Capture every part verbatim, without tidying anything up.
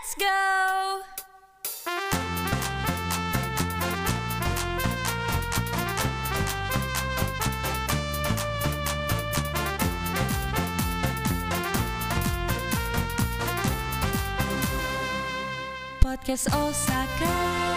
Let's go! Podcast Osaka.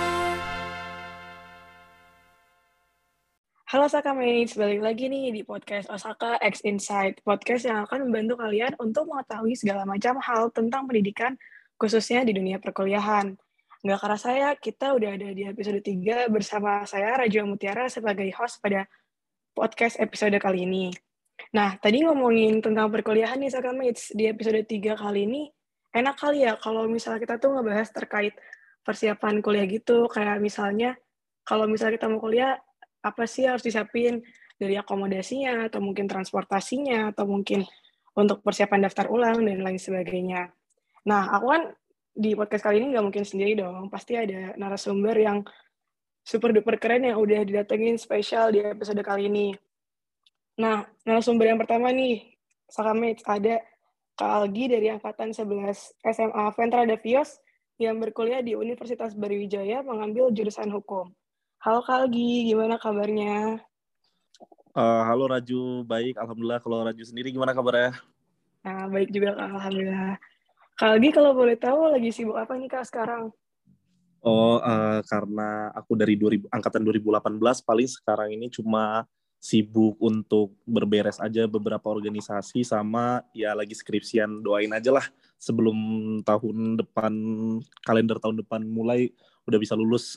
Halo Osaka Mates, balik lagi nih di podcast Osaka X Insight, podcast yang akan membantu kalian untuk mengetahui segala macam hal tentang pendidikan, khususnya di dunia perkuliahan. Nggak kerasa ya, kita udah ada di episode tiga bersama saya, Raju Mutiara, sebagai host pada podcast episode kali ini. Nah, tadi ngomongin tentang perkuliahan nih Osaka Mates, di episode tiga kali ini, enak kali ya kalau misalnya kita tuh ngebahas terkait persiapan kuliah gitu, kayak misalnya, kalau misalnya kita mau kuliah, apa sih harus disiapin dari akomodasinya, atau mungkin transportasinya, atau mungkin untuk persiapan daftar ulang, dan lain sebagainya. Nah, aku kan di podcast kali ini nggak mungkin sendiri dong, pasti ada narasumber yang super duper keren yang udah didatengin spesial di episode kali ini. Nah, narasumber yang pertama nih, Sakamates, ada Kak Algi dari Angkatan sebelas S M A Ventra Davios yang berkuliah di Universitas Brawijaya mengambil jurusan hukum. Halo Kak Algi, gimana kabarnya? Uh, halo Raju, baik. Alhamdulillah. Kalau Raju sendiri gimana kabarnya? Nah, baik juga Kak, Alhamdulillah. Kak Algi, kalau boleh tahu lagi sibuk apa nih Kak sekarang? Oh, uh, karena aku dari dua ribu, angkatan dua ribu delapan belas, paling sekarang ini cuma sibuk untuk berberes aja beberapa organisasi sama ya lagi skripsian. Doain aja lah sebelum tahun depan, kalender tahun depan mulai udah bisa lulus.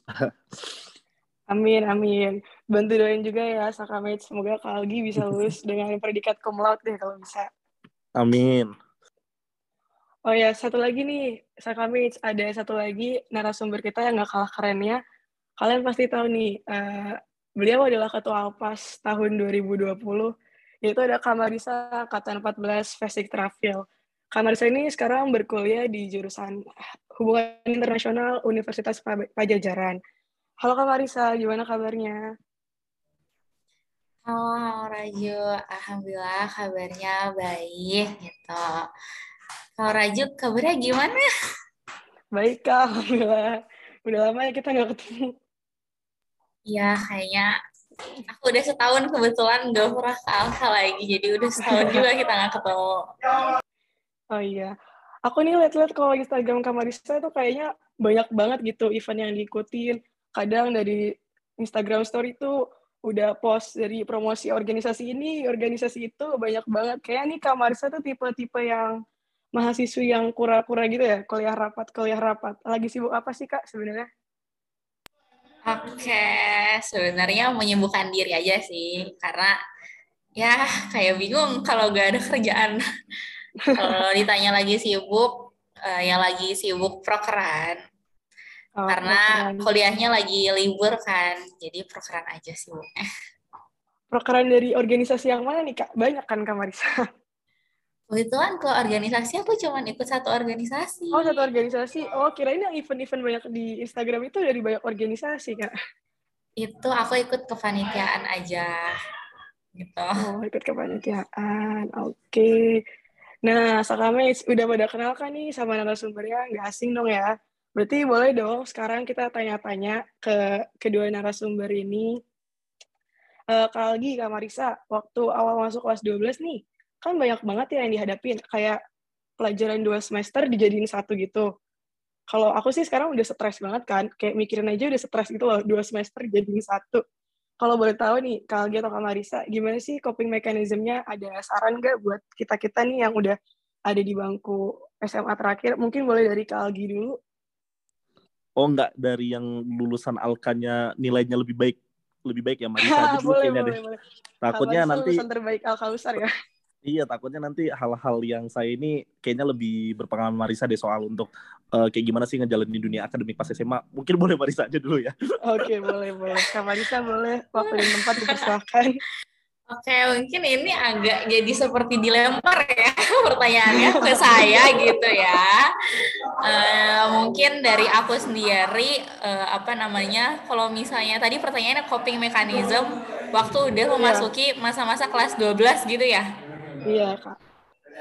Amin, amin. Bantu doain juga ya, Sakamates. Semoga Kak Algi bisa lulus dengan predikat cum laude deh kalau bisa. Amin. Oh ya, satu lagi nih, Sakamates. Ada satu lagi narasumber kita yang gak kalah kerennya. Kalian pasti tahu nih, uh, beliau adalah Ketua Alpas tahun dua ribu dua puluh, yaitu ada Kak Marisa, Angkatan empat belas Fasik Trafil. Kak Marisa ini sekarang berkuliah di jurusan Hubungan Internasional Universitas Pajajaran. Halo Kak Marisa, gimana kabarnya? Halo Raju, alhamdulillah kabarnya baik gitu. Kalau Raju kabarnya gimana? Baik Kak, alhamdulillah. Udah lama ya kita nggak ketemu. Iya, kayaknya aku udah setahun kebetulan nggak pernah ke Alfa lagi, jadi udah setahun juga kita nggak ketemu. Oh iya, aku nih lihat-lihat kalau Instagram Kak Marisa itu kayaknya banyak banget gitu event yang diikutin. Kadang dari Instagram story itu udah post dari promosi organisasi ini, organisasi itu, banyak banget. Kayak nih Kak Marisa tuh tipe-tipe yang mahasiswi yang kura-kura gitu ya, kuliah rapat, kuliah rapat. Lagi sibuk apa sih Kak sebenarnya? Oke, sebenarnya menyibukkan diri aja sih, karena ya kayak bingung kalau gak ada kerjaan. Kalau ditanya lagi sibuk, uh, ya lagi sibuk prokeran. Oh, Karena prokeran. kuliahnya lagi libur kan, jadi prokeran aja sibuknya. Prokeran dari organisasi yang mana nih Kak? Banyak kan Kak Marisa? Kebetulan kalau organisasi aku cuma ikut satu organisasi. Oh, satu organisasi. Oh, kirain yang event-event banyak di Instagram itu dari banyak organisasi Kak. Itu aku ikut kepanitiaan aja gitu. Oh, ikut kepanitiaan. Oke. Okay. Nah, Sakames, udah pada kenal kan nih sama narasumbernya? Nggak asing dong ya? Berarti boleh dong sekarang kita tanya-tanya ke kedua narasumber ini. Uh, Kak Algi, Kak Marisa, waktu awal masuk kelas dua belas nih, kan banyak banget ya yang dihadapin. Kayak pelajaran dua semester dijadiin satu gitu. Kalau aku sih sekarang udah stres banget kan, kayak mikirin aja udah stres gitu loh, dua semester dijadiin satu. Kalau boleh tahu nih, Kak Algi atau Kak Marisa, gimana sih coping mechanism-nya? Ada saran nggak buat kita-kita nih yang udah ada di bangku S M A terakhir? Mungkin boleh dari Kak Algi dulu. Oh, enggak, dari yang lulusan Alkanya nilainya lebih baik. Lebih baik ya, Marisa aja dulu boleh, kayaknya boleh, deh. boleh. Takutnya Kak Marisa nanti... lulusan terbaik Al-Kausar ya? Iya, takutnya nanti hal-hal yang saya ini kayaknya lebih berpengalaman Marisa deh soal untuk uh, kayak gimana sih ngejalanin dunia akademik pas S M A. Mungkin boleh Marisa aja dulu ya. Oke, boleh, boleh. Kak Marisa boleh, waktu dan tempat dipersilahkan. Oke, mungkin ini agak jadi seperti dilempar ya pertanyaannya ke saya gitu ya. Uh, mungkin dari aku sendiri, uh, apa namanya, kalau misalnya tadi pertanyaannya coping mechanism waktu udah memasuki masa-masa kelas dua belas gitu ya? Iya, Kak.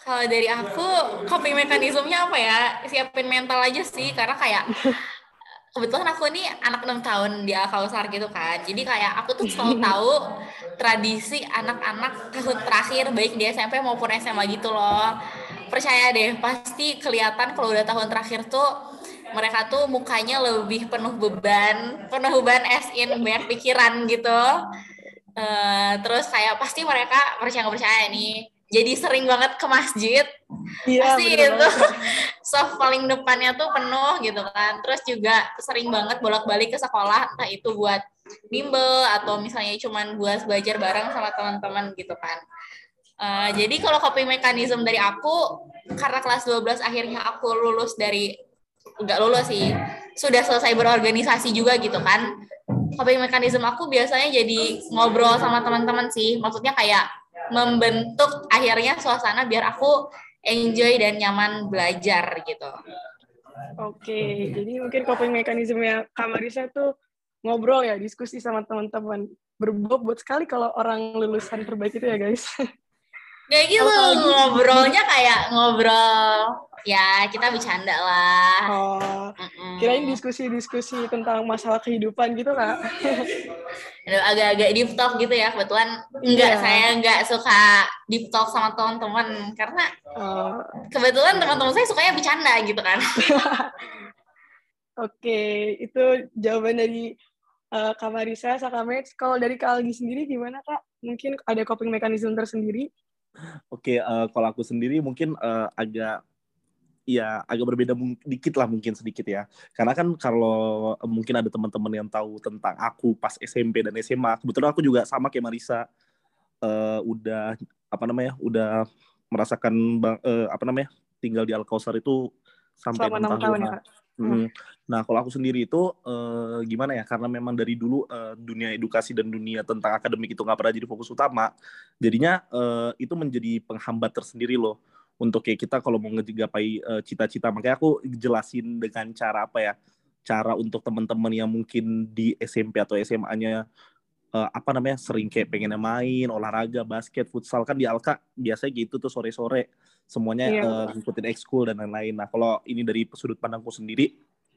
Kalau dari aku, coping mekanismenya apa ya? Siapin mental aja sih, karena kayak kebetulan aku nih anak enam tahun di Alkausar gitu kan. Jadi kayak aku tuh selalu tahu tradisi anak-anak tahun terakhir baik di S M P maupun S M A gitu loh. Percaya deh, pasti kelihatan kalau udah tahun terakhir tuh mereka tuh mukanya lebih penuh beban, penuh beban as in banyak pikiran gitu. Uh, terus kayak pasti mereka percaya nggak percaya nih, jadi sering banget ke masjid. Iya, Pasti bener itu banget. soft paling depannya tuh penuh gitu kan. Terus juga sering banget bolak-balik ke sekolah, entah itu buat bimbel atau misalnya cuman buat belajar bareng sama teman-teman gitu kan. Uh, jadi kalau coping mechanism dari aku, karena kelas dua belas akhirnya aku lulus dari, enggak lulus sih, sudah selesai berorganisasi juga gitu kan. Coping mechanism aku biasanya jadi ngobrol sama teman-teman sih. Maksudnya kayak membentuk akhirnya suasana biar aku enjoy dan nyaman belajar gitu. Oke, jadi mungkin coping mekanismenya Kak Marisa tuh ngobrol ya, diskusi sama teman-teman. Berbobot sekali kalau orang lulusan terbaik itu ya guys. Kayak gitu, Apalagi, ngobrolnya kayak ngobrol, ya kita bercanda lah. Oh, kirain diskusi-diskusi tentang masalah kehidupan gitu Kak. Agak-agak deep talk gitu ya, kebetulan enggak, Iya. saya enggak suka deep talk sama teman-teman, karena Oh. kebetulan teman-teman saya sukanya bercanda gitu kan. Oke, itu jawaban dari uh, Kak Marisa, Sakamets. Kalau dari Kak Algi sendiri gimana Kak? Mungkin ada coping mechanism tersendiri? Oke, uh, kalau aku sendiri mungkin uh, agak ya agak berbeda dikit lah, mungkin sedikit ya. Karena kan kalau uh, mungkin ada teman-teman yang tahu tentang aku pas S M P dan S M A, kebetulan aku juga sama kayak Marisa, uh, udah apa namanya, udah merasakan uh, apa namanya, tinggal di Alkausar itu sampai enam tahun, tahun ya, Kak. Hmm. Nah, kalau aku sendiri itu uh, gimana ya? Karena memang dari dulu uh, dunia edukasi dan dunia tentang akademik itu nggak pernah jadi fokus utama. Jadinya uh, itu menjadi penghambat tersendiri loh untuk kayak kita kalau mau ngegapai uh, cita-cita. Makanya aku jelasin dengan cara apa ya? Cara untuk teman-teman yang mungkin di S M P atau S M A-nya uh, apa namanya sering kayak pengen main olahraga, basket, futsal, kan di Alka biasanya gitu tuh sore-sore semuanya iya, uh, ngikutin ekskul dan lain-lain. Nah, kalau ini dari sudut pandangku sendiri,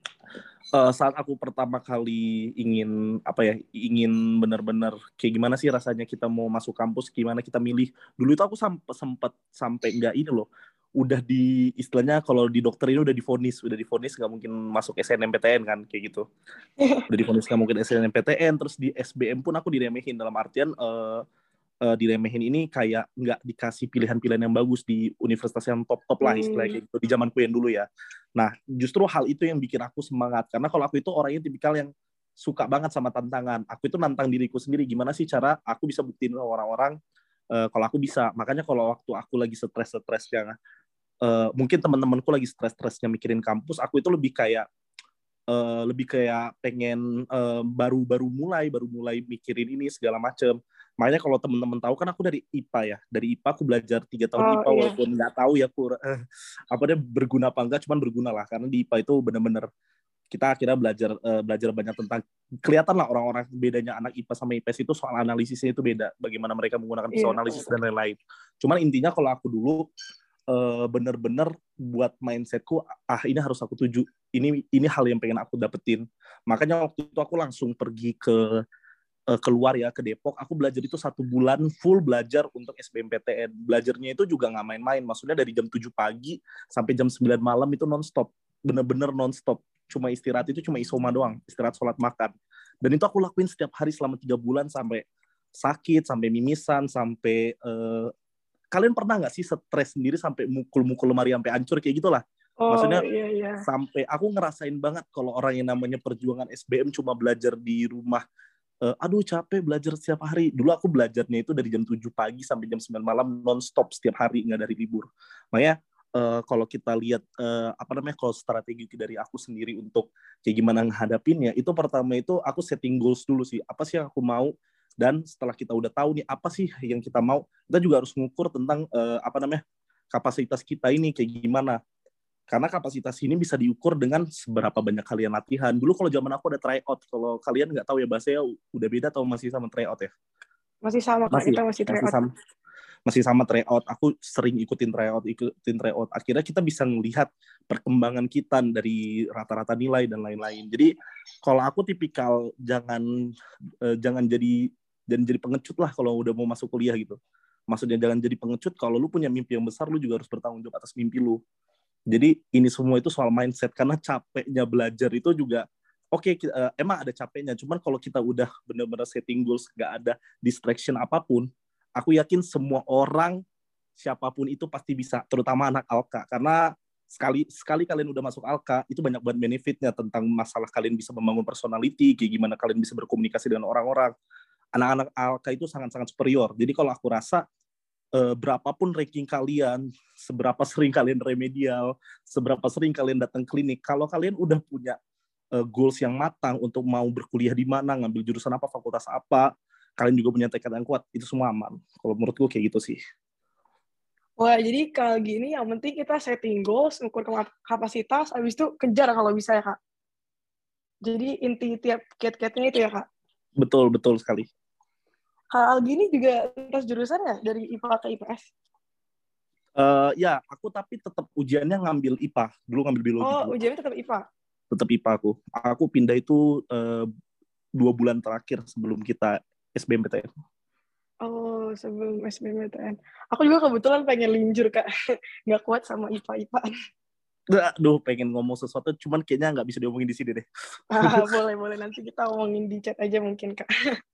uh, saat aku pertama kali ingin apa ya, ingin benar-benar kayak gimana sih rasanya kita mau masuk kampus, gimana kita milih. Dulu itu aku sempat sempat sampai enggak ini loh. Udah di istilahnya kalau di dokter ini udah divonis, udah divonis nggak mungkin masuk S N M P T N kan kayak gitu. Udah divonis nggak mungkin S N M P T N, terus di S B M pun aku diremehin dalam artian uh, Uh, diremehin ini kayak nggak dikasih pilihan-pilihan yang bagus di universitas yang top-top lah istilahnya gitu, di zamanku yang dulu ya. Nah, justru hal itu yang bikin aku semangat, karena kalau aku itu orangnya tipikal yang suka banget sama tantangan. Aku itu nantang diriku sendiri, gimana sih cara aku bisa buktiin ke orang-orang uh, kalau aku bisa. Makanya kalau waktu aku lagi stres-stresnya, uh, mungkin teman-temanku lagi stres-stresnya mikirin kampus, aku itu lebih kayak Uh, lebih kayak pengen uh, baru-baru mulai, baru mulai mikirin ini segala macem. Makanya kalau teman-teman tahu kan aku dari I P A ya, dari I P A aku belajar tiga tahun oh, I P A, iya. Walaupun nggak tahu ya aku uh, apa dia berguna apa enggak, cuman berguna lah karena di I P A itu benar-benar kita akhirnya belajar uh, belajar banyak tentang, kelihatan lah orang-orang bedanya anak I P A sama I P S itu soal analisisnya itu beda, bagaimana mereka menggunakan pisau yeah. analisis dan lain-lain. Cuman intinya kalau aku dulu Uh, bener-bener buat mindsetku, ah ini harus aku tuju, ini ini hal yang pengen aku dapetin. Makanya waktu itu aku langsung pergi ke uh, keluar ya ke Depok. Aku belajar itu satu bulan full belajar untuk S B M P T N. Belajarnya itu juga nggak main-main. Maksudnya dari jam tujuh pagi sampai jam sembilan malam itu nonstop, bener-bener nonstop. Cuma istirahat itu cuma isoma doang, istirahat sholat makan. Dan itu aku lakuin setiap hari selama tiga bulan sampai sakit, sampai mimisan, sampai uh, kalian pernah nggak sih stres sendiri sampai mukul-mukul lemari sampai hancur kayak gitulah? Oh, maksudnya iya, iya. Sampai aku ngerasain banget kalau orang yang namanya perjuangan S B M cuma belajar di rumah, uh, aduh capek belajar setiap hari. Dulu aku belajarnya itu dari jam tujuh pagi sampai jam sembilan malam non-stop setiap hari, nggak dari libur. Makanya uh, kalau kita lihat uh, apa namanya kalau strategi dari aku sendiri untuk kayak gimana menghadapinnya, itu pertama itu aku setting goals dulu sih, apa sih yang aku mau. Dan setelah kita udah tahu nih apa sih yang kita mau, kita juga harus mengukur tentang uh, apa namanya kapasitas kita ini kayak gimana. Karena kapasitas ini bisa diukur dengan seberapa banyak kalian latihan. Dulu kalau zaman aku ada tryout. Kalau kalian nggak tahu ya bahasanya udah beda atau masih sama tryout ya? Masih sama, Kak. Masih, kita masih tryout. Masih sama. masih sama tryout. Aku sering ikutin tryout, ikutin tryout. Akhirnya kita bisa melihat perkembangan kita dari rata-rata nilai dan lain-lain. Jadi kalau aku tipikal jangan uh, jangan jadi dan jadi pengecut lah kalau udah mau masuk kuliah gitu. Maksudnya jangan jadi pengecut. Kalau lu punya mimpi yang besar, lu juga harus bertanggung jawab atas mimpi lu. Jadi ini semua itu soal mindset, karena capeknya belajar itu juga oke, okay, uh, emang ada capeknya. Cuman kalau kita udah benar-benar setting goals, nggak ada distraction apapun, aku yakin semua orang, siapapun itu pasti bisa, terutama anak Alka. Karena sekali sekali kalian udah masuk Alka, itu banyak banget benefitnya tentang masalah kalian bisa membangun personality, kayak gimana kalian bisa berkomunikasi dengan orang-orang. Anak-anak Alka itu sangat-sangat superior. Jadi kalau aku rasa, eh, berapapun ranking kalian, seberapa sering kalian remedial, seberapa sering kalian datang klinik, kalau kalian udah punya uh, goals yang matang untuk mau berkuliah di mana, ngambil jurusan apa, fakultas apa, kalian juga punya tekad yang kuat, itu semua aman. Kalau menurutku kayak gitu sih. Wah, jadi kalau gini yang penting kita setting goals, ukur kapasitas, habis itu kejar kalau bisa ya, Kak. Jadi inti tiap kiat-kiatnya itu ya, Kak? Betul, betul sekali. Kak Algi ini juga lintas jurusan nggak dari I P A ke I P S? Uh, ya, aku tapi tetap ujiannya ngambil I P A. Dulu ngambil biologi. Oh, dulu. Ujiannya tetap I P A? Tetap I P A aku. Aku pindah itu uh, dua bulan terakhir sebelum kita S B M P T N. Oh, sebelum S B M P T N. Aku juga kebetulan pengen linjur, Kak. Nggak kuat sama I P A-I P A. Aduh, pengen ngomong sesuatu, cuman kayaknya nggak bisa diomongin di sini deh. Ah, boleh, boleh. Nanti kita omongin di chat aja mungkin, Kak.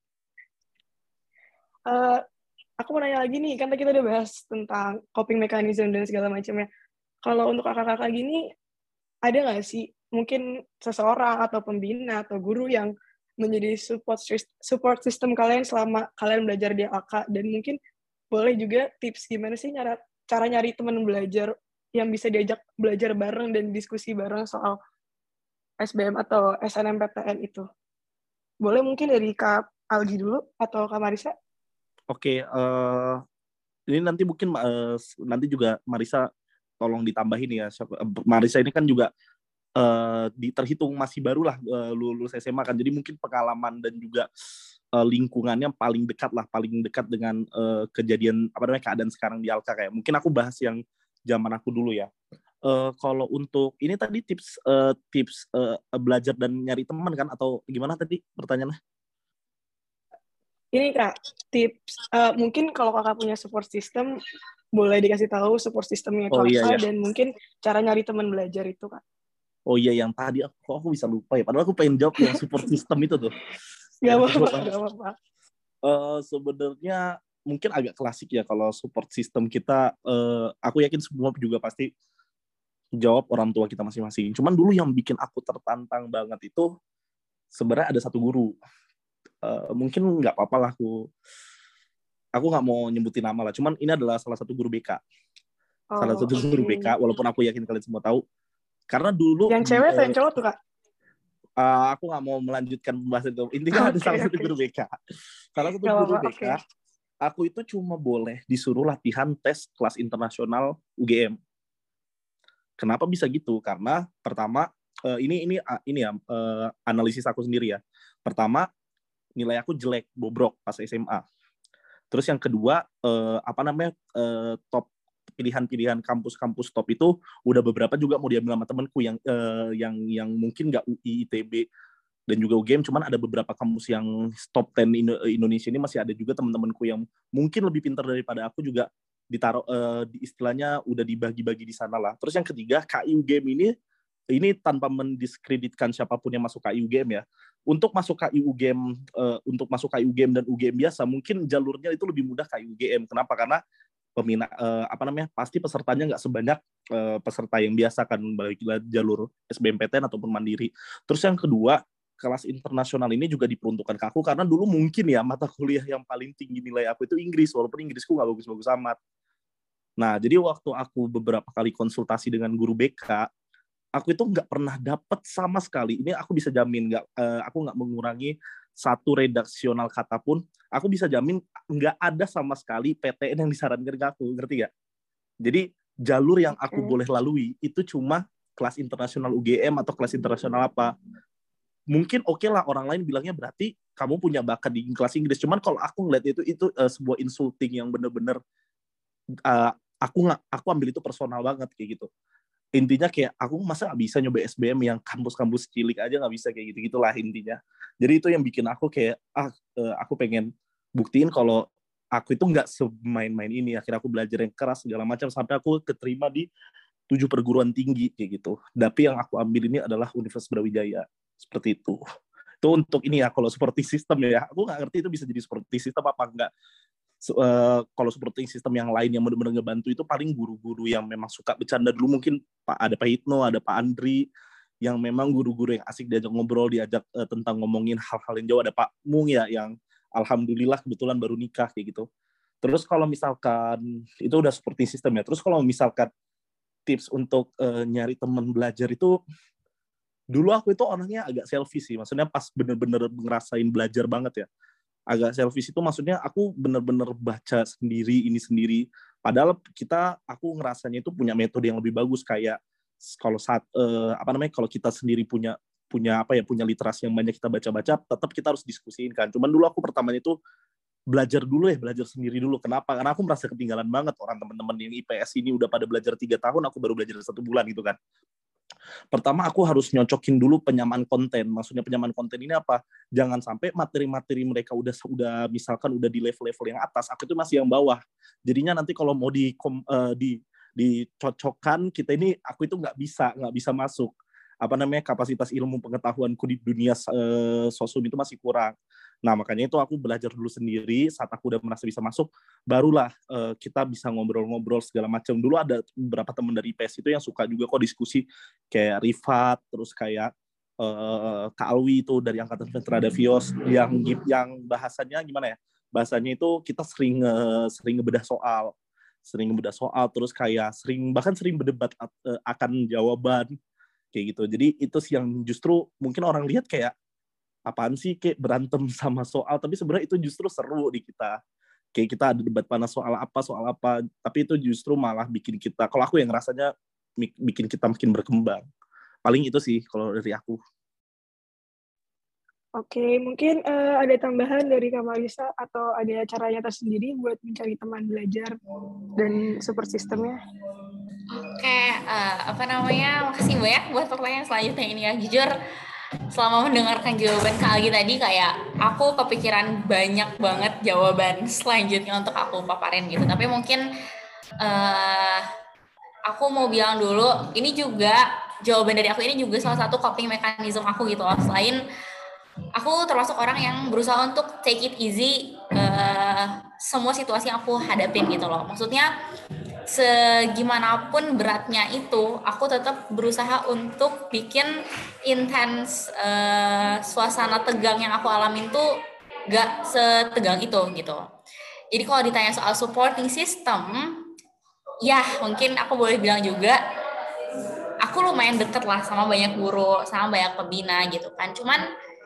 Uh, aku mau nanya lagi nih, kan tadi kita udah bahas tentang coping mechanism dan segala macamnya. Kalau untuk kakak-kakak gini, ada nggak sih mungkin seseorang atau pembina atau guru yang menjadi support support system kalian selama kalian belajar di A K, dan mungkin boleh juga tips gimana sih cara, cara nyari teman belajar yang bisa diajak belajar bareng dan diskusi bareng soal S B M atau S N M P T N itu. Boleh mungkin dari Kak Algi dulu atau Kak Marisa? Oke, uh, ini nanti mungkin uh, nanti juga Marisa tolong ditambahin ya. Marisa ini kan juga uh, di, terhitung masih baru lah uh, lulus S M A kan. Jadi mungkin pengalaman dan juga uh, lingkungannya paling dekat lah, paling dekat dengan uh, kejadian apa namanya keadaan sekarang di Alka kayak. Mungkin aku bahas yang zaman aku dulu ya. Uh, kalau untuk ini tadi tips uh, tips uh, belajar dan nyari teman kan, atau gimana tadi pertanyaannya? Ini Kak, tips, uh, mungkin kalau kakak punya support system, boleh dikasih tahu support systemnya oh, kakak, iya, iya. Dan mungkin cara nyari teman belajar itu, Kak. Oh iya, yang tadi aku, aku bisa lupa ya, padahal aku pengen jawab yang support system itu tuh. Gak apa-apa, gak apa-apa. Uh, sebenarnya mungkin agak klasik ya kalau support system kita, uh, aku yakin semua juga pasti jawab orang tua kita masing-masing. Cuman dulu yang bikin aku tertantang banget itu sebenarnya ada satu guru. Uh, mungkin nggak apa-apa lah aku aku nggak mau nyebutin nama lah, cuman ini adalah salah satu guru B K. Oh, salah satu guru okay. B K, walaupun aku yakin kalian semua tahu, karena dulu yang cewek atau uh, yang cowok tuh Kak? Uh, aku nggak mau melanjutkan pembahasan itu. Intinya okay, ada salah okay. satu guru B K. Salah satu guru B K, okay. Aku itu cuma boleh disuruh latihan tes kelas internasional U G M. Kenapa bisa gitu? Karena pertama uh, ini ini uh, ini ya uh, analisis aku sendiri ya. Pertama, nilai aku jelek, bobrok pas S M A. Terus yang kedua, eh, apa namanya, eh, top pilihan-pilihan kampus-kampus top itu udah beberapa juga mau diambil sama temanku yang eh, yang yang mungkin nggak U I, I T B dan juga U G M, cuman ada beberapa kampus yang top sepuluh Indonesia ini masih ada juga teman-temanku yang mungkin lebih pintar daripada aku juga ditaruh eh, di istilahnya udah dibagi-bagi di sana lah. Terus yang ketiga, K I U G M ini ini tanpa mendiskreditkan siapapun yang masuk K I U G M ya. Untuk masuk K I U G M, uh, untuk masuk K I U G M dan U G M biasa, mungkin jalurnya itu lebih mudah K I U G M. Kenapa? Karena pemina, uh, apa namanya, pasti pesertanya nggak sebanyak uh, peserta yang biasa kan, balik jalur S B M P T N ataupun mandiri. Terus yang kedua, kelas internasional ini juga diperuntukkan ke aku, karena dulu mungkin ya mata kuliah yang paling tinggi nilai aku itu Inggris, walaupun Inggrisku nggak bagus-bagus amat. Nah, jadi waktu aku beberapa kali konsultasi dengan guru B K, aku itu nggak pernah dapat sama sekali. Ini aku bisa jamin, nggak, uh, aku nggak mengurangi satu redaksional kata pun. Aku bisa jamin nggak ada sama sekali P T N yang disarankan ke aku, ngerti nggak? Jadi jalur yang aku okay. boleh lalui itu cuma kelas internasional U G M atau kelas internasional apa. Mungkin oke okay lah orang lain bilangnya berarti kamu punya bakat di kelas Inggris. Cuman kalau aku ngeliat itu itu uh, sebuah insulting yang bener-bener uh, aku nggak aku ambil itu personal banget kayak gitu. Intinya kayak aku masa nggak bisa nyoba S B M yang kampus-kampus cilik aja nggak bisa kayak gitu gitulah intinya. Jadi itu yang bikin aku kayak ah uh, aku pengen buktiin kalau aku itu nggak semain-main ini. Akhirnya aku belajar yang keras segala macam sampai aku keterima di tujuh perguruan tinggi kayak gitu. Tapi yang aku ambil ini adalah Universitas Brawijaya seperti itu. Itu untuk ini ya, kalau supporting system ya, aku nggak ngerti itu bisa jadi supporting system apa enggak. So, uh, kalau supporting system yang lain yang benar-benar ngebantu itu paling guru-guru yang memang suka bercanda dulu, mungkin Pak ada Pak Hitno, ada Pak Andri, yang memang guru-guru yang asik diajak ngobrol, diajak uh, tentang ngomongin hal-hal yang jauh. Ada Pak Mung ya, yang alhamdulillah kebetulan baru nikah kayak gitu. Terus kalau misalkan itu udah supporting system ya. Terus kalau misalkan tips untuk uh, nyari teman belajar itu, dulu aku itu orangnya agak selfish sih, maksudnya pas bener-bener ngerasain belajar banget ya, agak selfish itu maksudnya aku bener-bener baca sendiri, ini sendiri, padahal kita, aku ngerasanya itu punya metode yang lebih bagus, kayak kalau saat, eh, apa namanya, kalau kita sendiri punya, punya apa ya, punya literasi yang banyak kita baca-baca, tetap kita harus diskusiin kan, cuman dulu aku pertamanya itu belajar dulu ya, belajar sendiri dulu. Kenapa? Karena aku merasa ketinggalan banget, orang teman-teman yang I P S ini udah pada belajar tiga tahun, aku baru belajar satu bulan gitu kan. Pertama aku harus nyocokin dulu penyamaan konten. Maksudnya penyamaan konten ini apa? Jangan sampai materi-materi mereka udah udah misalkan udah di level-level yang atas, aku itu masih yang bawah. Jadinya nanti kalau mau di uh, di dicocokkan kita ini, aku itu nggak bisa nggak bisa masuk. Apa namanya, kapasitas ilmu pengetahuanku di dunia uh, sosum itu masih kurang. Nah, makanya itu aku belajar dulu sendiri. Saat aku udah merasa bisa masuk, barulah uh, kita bisa ngobrol-ngobrol segala macam. Dulu ada beberapa teman dari I P S itu yang suka juga kok diskusi, kayak Rifat, terus kayak uh, Kak Alwi itu dari Angkatan Veteran Davios, yang yang bahasanya gimana ya? Bahasanya itu kita sering uh, sering ngebedah soal, sering ngebedah soal, terus kayak sering bahkan sering berdebat uh, akan jawaban kayak gitu. Jadi itu sih yang justru mungkin orang lihat kayak apaan sih, kayak berantem sama soal, tapi sebenarnya itu justru seru di kita. Kayak kita ada debat panas soal apa, soal apa, tapi itu justru malah bikin kita, kalau aku yang rasanya bikin kita makin berkembang. Paling itu sih kalau dari aku. Oke, mungkin uh, ada tambahan dari Kak Marisa atau ada caranya tersendiri buat mencari teman belajar dan support sistemnya? Oke, uh, apa namanya, makasih banyak buat pertanyaan selanjutnya ini ya. Jujur, selama mendengarkan jawaban Kak Algi tadi, kayak aku kepikiran banyak banget jawaban selanjutnya untuk aku paparin gitu. Tapi mungkin uh, aku mau bilang dulu, ini juga jawaban dari aku ini juga salah satu coping mechanism aku gitu loh. Selain aku termasuk orang yang berusaha untuk take it easy uh, semua situasi yang aku hadapin gitu loh. Maksudnya segimanapun beratnya itu, aku tetap berusaha untuk bikin intens uh, suasana tegang yang aku alamin tuh gak setegang itu gitu. Jadi kalau ditanya soal supporting system, ya mungkin aku boleh bilang juga, aku lumayan deket lah sama banyak guru, sama banyak pembina gitu kan. Cuman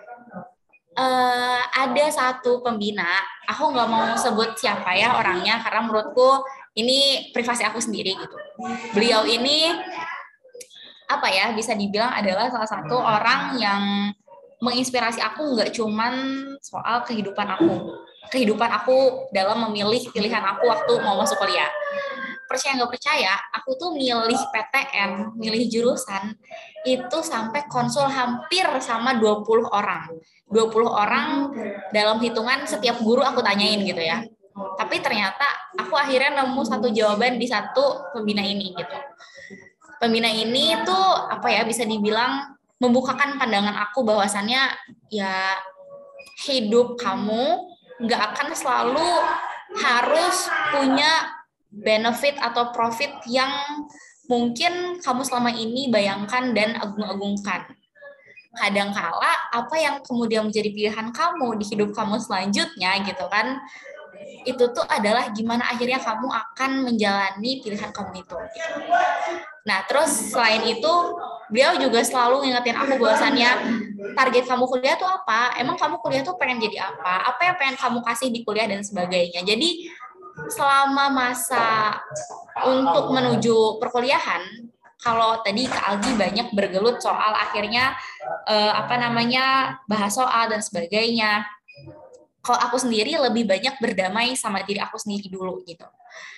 uh, ada satu pembina, aku gak mau sebut siapa ya orangnya, karena menurutku ini privasi aku sendiri gitu. Beliau ini apa ya, bisa dibilang adalah salah satu orang yang menginspirasi aku nggak cuman soal kehidupan aku, kehidupan aku dalam memilih pilihan aku waktu mau masuk kuliah. Percaya nggak percaya, aku tuh milih P T N, milih jurusan itu sampai konsul hampir sama dua puluh orang. dua puluh orang dalam hitungan setiap guru aku tanyain gitu ya. Tapi ternyata aku akhirnya nemu satu jawaban di satu pembina ini gitu. Pembina ini tuh apa ya, bisa dibilang membukakan pandangan aku bahwasannya ya hidup kamu nggak akan selalu harus punya benefit atau profit yang mungkin kamu selama ini bayangkan dan agung-agungkan. Kadangkala apa yang kemudian menjadi pilihan kamu di hidup kamu selanjutnya gitu kan, itu tuh adalah gimana akhirnya kamu akan menjalani pilihan kamu itu. Nah, terus selain itu, beliau juga selalu ngingetin aku bahwasannya target kamu kuliah tuh apa? Emang kamu kuliah tuh pengen jadi apa? Apa yang pengen kamu kasih di kuliah dan sebagainya. Jadi selama masa untuk menuju perkuliahan, kalau tadi Kak Algi banyak bergelut soal akhirnya eh, apa namanya bahas soal dan sebagainya. Kalau aku sendiri lebih banyak berdamai sama diri aku sendiri dulu gitu.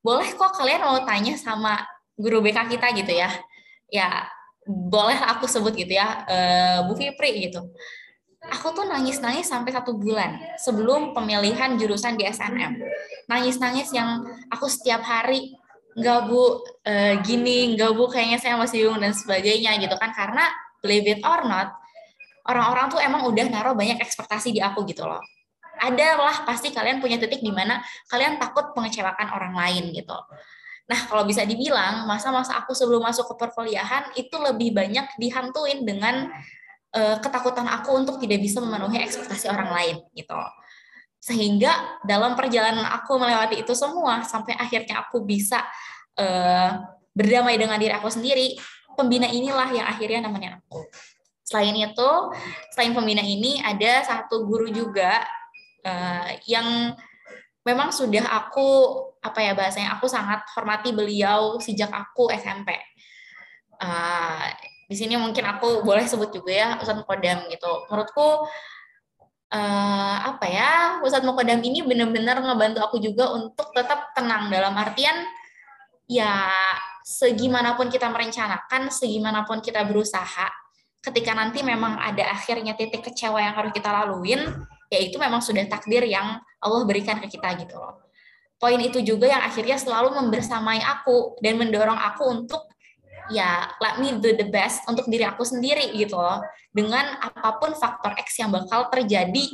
boleh kok kalian mau tanya sama guru B K kita gitu ya. Ya, boleh aku sebut gitu ya, uh, Bu Fipri gitu. Aku tuh nangis-nangis sampai satu bulan sebelum pemilihan jurusan di S N M. Nangis-nangis yang aku setiap hari, enggak Bu, uh, gini, enggak Bu, kayaknya saya masih bingung dan sebagainya gitu kan. Karena believe it or not, orang-orang tuh emang udah naruh banyak ekspektasi di aku gitu loh. Ada lah pasti kalian punya titik di mana kalian takut mengecewakan orang lain gitu. Nah, kalau bisa dibilang masa-masa aku sebelum masuk ke perkuliahan itu lebih banyak dihantuin dengan uh, ketakutan aku untuk tidak bisa memenuhi ekspektasi orang lain gitu. Sehingga dalam perjalanan aku melewati itu semua sampai akhirnya aku bisa uh, berdamai dengan diri aku sendiri, pembina inilah yang akhirnya nemenin aku. Selain itu, selain pembina ini ada satu guru juga uh, yang memang sudah aku apa ya bahasanya aku sangat hormati beliau sejak aku S M P. Uh, di sini mungkin aku boleh sebut juga ya Ustadz Mukodam gitu. Menurutku uh, apa ya Ustadz Mukodam ini benar-benar ngebantu aku juga untuk tetap tenang dalam artian ya segimanapun kita merencanakan, segimanapun kita berusaha, ketika nanti memang ada akhirnya titik kecewa yang harus kita laluin, ya itu memang sudah takdir yang Allah berikan ke kita gitu loh. Poin itu juga yang akhirnya selalu membersamai aku dan mendorong aku untuk ya let me do the best untuk diri aku sendiri gitu loh. Dengan apapun faktor X yang bakal terjadi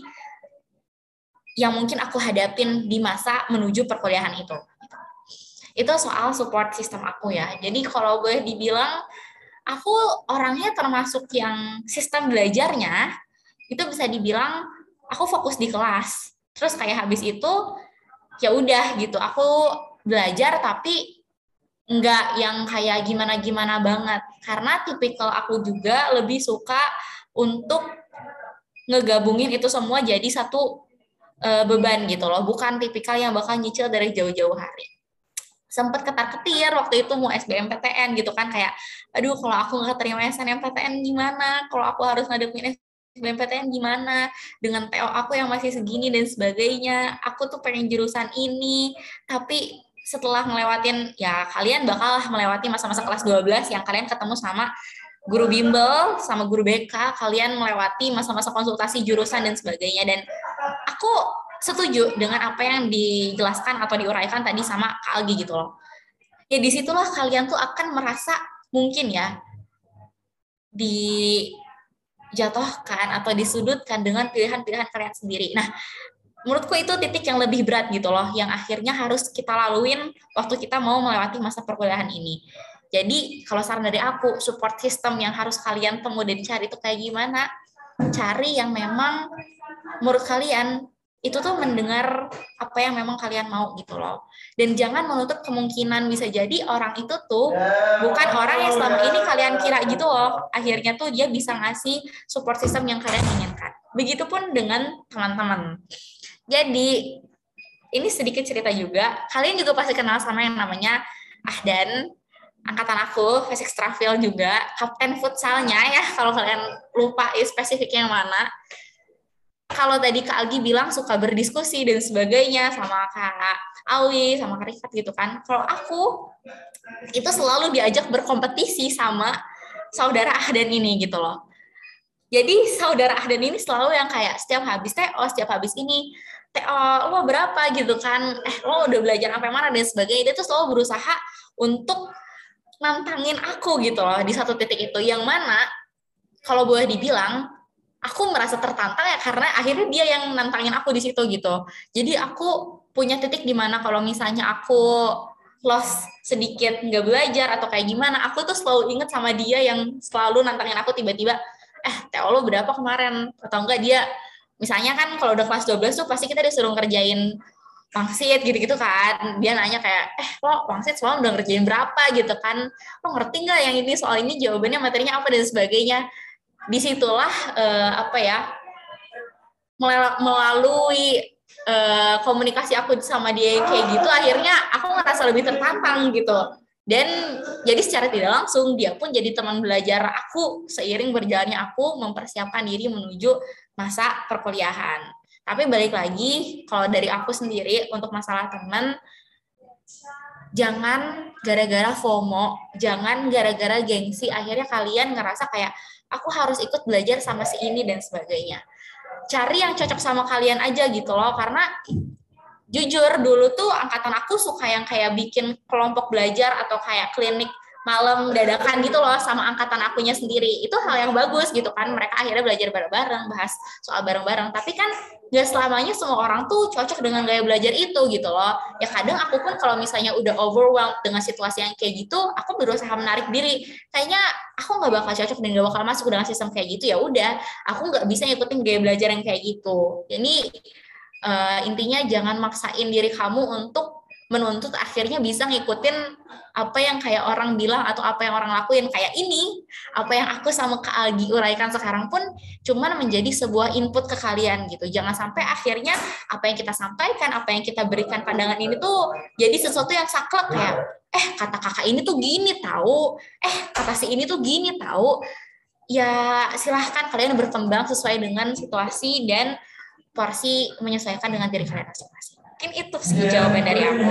yang mungkin aku hadapin di masa menuju perkuliahan itu. Itu soal support system aku ya. Jadi kalau boleh dibilang aku orangnya termasuk yang sistem belajarnya itu bisa dibilang aku fokus di kelas. Terus kayak habis itu ya udah gitu. Aku belajar tapi enggak yang kayak gimana-gimana banget. Karena tipikal aku juga lebih suka untuk ngegabungin itu semua jadi satu uh, beban gitu loh. Bukan tipikal yang bakal nyicil dari jauh-jauh hari. Sempet ketar-ketir waktu itu mau S B M P T N gitu kan kayak aduh kalau aku nggak terima S N M P T N gimana, kalau aku harus ngadepin S B M P T N gimana dengan T O aku yang masih segini dan sebagainya, aku tuh pengen jurusan ini tapi setelah ngelewatin ya kalian bakal melewati masa-masa kelas dua belas yang kalian ketemu sama guru bimbel sama guru B K, kalian melewati masa-masa konsultasi jurusan dan sebagainya dan aku setuju dengan apa yang dijelaskan atau diuraikan tadi sama Kak Algi gitu loh. Ya disitulah kalian tuh akan merasa mungkin ya dijatuhkan atau disudutkan dengan pilihan-pilihan kalian sendiri. Nah, menurutku itu titik yang lebih berat gitu loh, yang akhirnya harus kita laluin waktu kita mau melewati masa perkuliahan ini. Jadi kalau saran dari aku, support system yang harus kalian temu dan cari itu kayak gimana? Cari yang memang menurut kalian itu tuh mendengar apa yang memang kalian mau gitu loh. Dan jangan menutup kemungkinan bisa jadi orang itu tuh bukan orang yang selama ini kalian kira gitu loh. Akhirnya tuh dia bisa ngasih support system yang kalian inginkan. Begitupun dengan teman-teman. Jadi, ini sedikit cerita juga. Kalian juga pasti kenal sama yang namanya Ahdan. Angkatan aku, Fisik Strafil juga. Kapten futsalnya ya, kalau kalian lupa ya, spesifiknya yang mana. Kalau tadi Kak Algi bilang suka berdiskusi dan sebagainya sama Kak Awi, sama Kak Rifat gitu kan. Kalau aku, itu selalu diajak berkompetisi sama saudara Ahdan ini gitu loh. Jadi saudara Ahdan ini selalu yang kayak setiap habis T O, setiap habis ini, T O lo berapa gitu kan, eh lo udah belajar sampai mana dan sebagainya. Dia tuh selalu berusaha untuk nantangin aku gitu loh di satu titik itu. Yang mana, kalau boleh dibilang, aku merasa tertantang ya karena akhirnya dia yang nantangin aku di situ gitu. Jadi aku punya titik di mana kalau misalnya aku lost sedikit nggak belajar atau kayak gimana, aku tuh selalu inget sama dia yang selalu nantangin aku tiba-tiba, eh T O lo berapa kemarin? Atau enggak dia, misalnya kan kalau udah kelas dua belas tuh pasti kita disuruh ngerjain wangsit gitu-gitu kan. Dia nanya kayak, eh lo wangsit semalam udah ngerjain berapa gitu kan. Lo ngerti nggak yang ini soal ini jawabannya materinya apa dan sebagainya. Disitulah eh, apa ya melalui eh, komunikasi aku sama dia yang kayak gitu akhirnya aku ngerasa lebih tertantang gitu dan jadi secara tidak langsung dia pun jadi teman belajar aku seiring berjalannya aku mempersiapkan diri menuju masa perkuliahan. Tapi balik lagi kalau dari aku sendiri untuk masalah teman jangan gara-gara FOMO, jangan gara-gara gengsi akhirnya kalian ngerasa kayak aku harus ikut belajar sama si ini dan sebagainya. Cari yang cocok sama kalian aja gitu loh, karena jujur dulu tuh angkatan aku suka yang kayak bikin kelompok belajar atau kayak klinik malam dadakan gitu loh sama angkatan akunya sendiri. Itu hal yang bagus gitu kan, mereka akhirnya belajar bareng-bareng, bahas soal bareng-bareng. Tapi kan gak selamanya semua orang tuh cocok dengan gaya belajar itu gitu loh. Ya kadang aku pun kalau misalnya udah overwhelmed dengan situasi yang kayak gitu, aku berusaha menarik diri. Kayaknya aku gak bakal cocok dan gak bakal masuk dengan sistem kayak gitu, ya udah, aku gak bisa ngikutin gaya belajar yang kayak gitu. Jadi uh, intinya jangan maksain diri kamu untuk menuntut akhirnya bisa ngikutin apa yang kayak orang bilang atau apa yang orang lakuin. Kayak ini, apa yang aku sama Kak Algi uraikan sekarang pun cuman menjadi sebuah input ke kalian gitu. Jangan sampai akhirnya apa yang kita sampaikan, apa yang kita berikan pandangan ini tuh jadi sesuatu yang saklek kayak, eh kata kakak ini tuh gini tahu, eh kata si ini tuh gini tahu. Ya silahkan kalian berkembang sesuai dengan situasi dan porsi menyesuaikan dengan diri kalian masing-masing. Mungkin itu sih jawaban dari aku.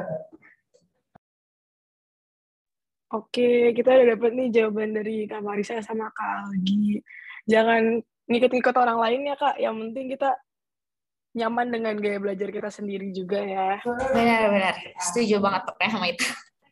Oke, kita udah dapet nih jawaban dari Kak Marisa sama Kak Algi. Jangan ngikut-ngikut orang lain ya, Kak. Yang penting kita nyaman dengan gaya belajar kita sendiri juga ya. Benar-benar. Setuju banget pokoknya sama itu.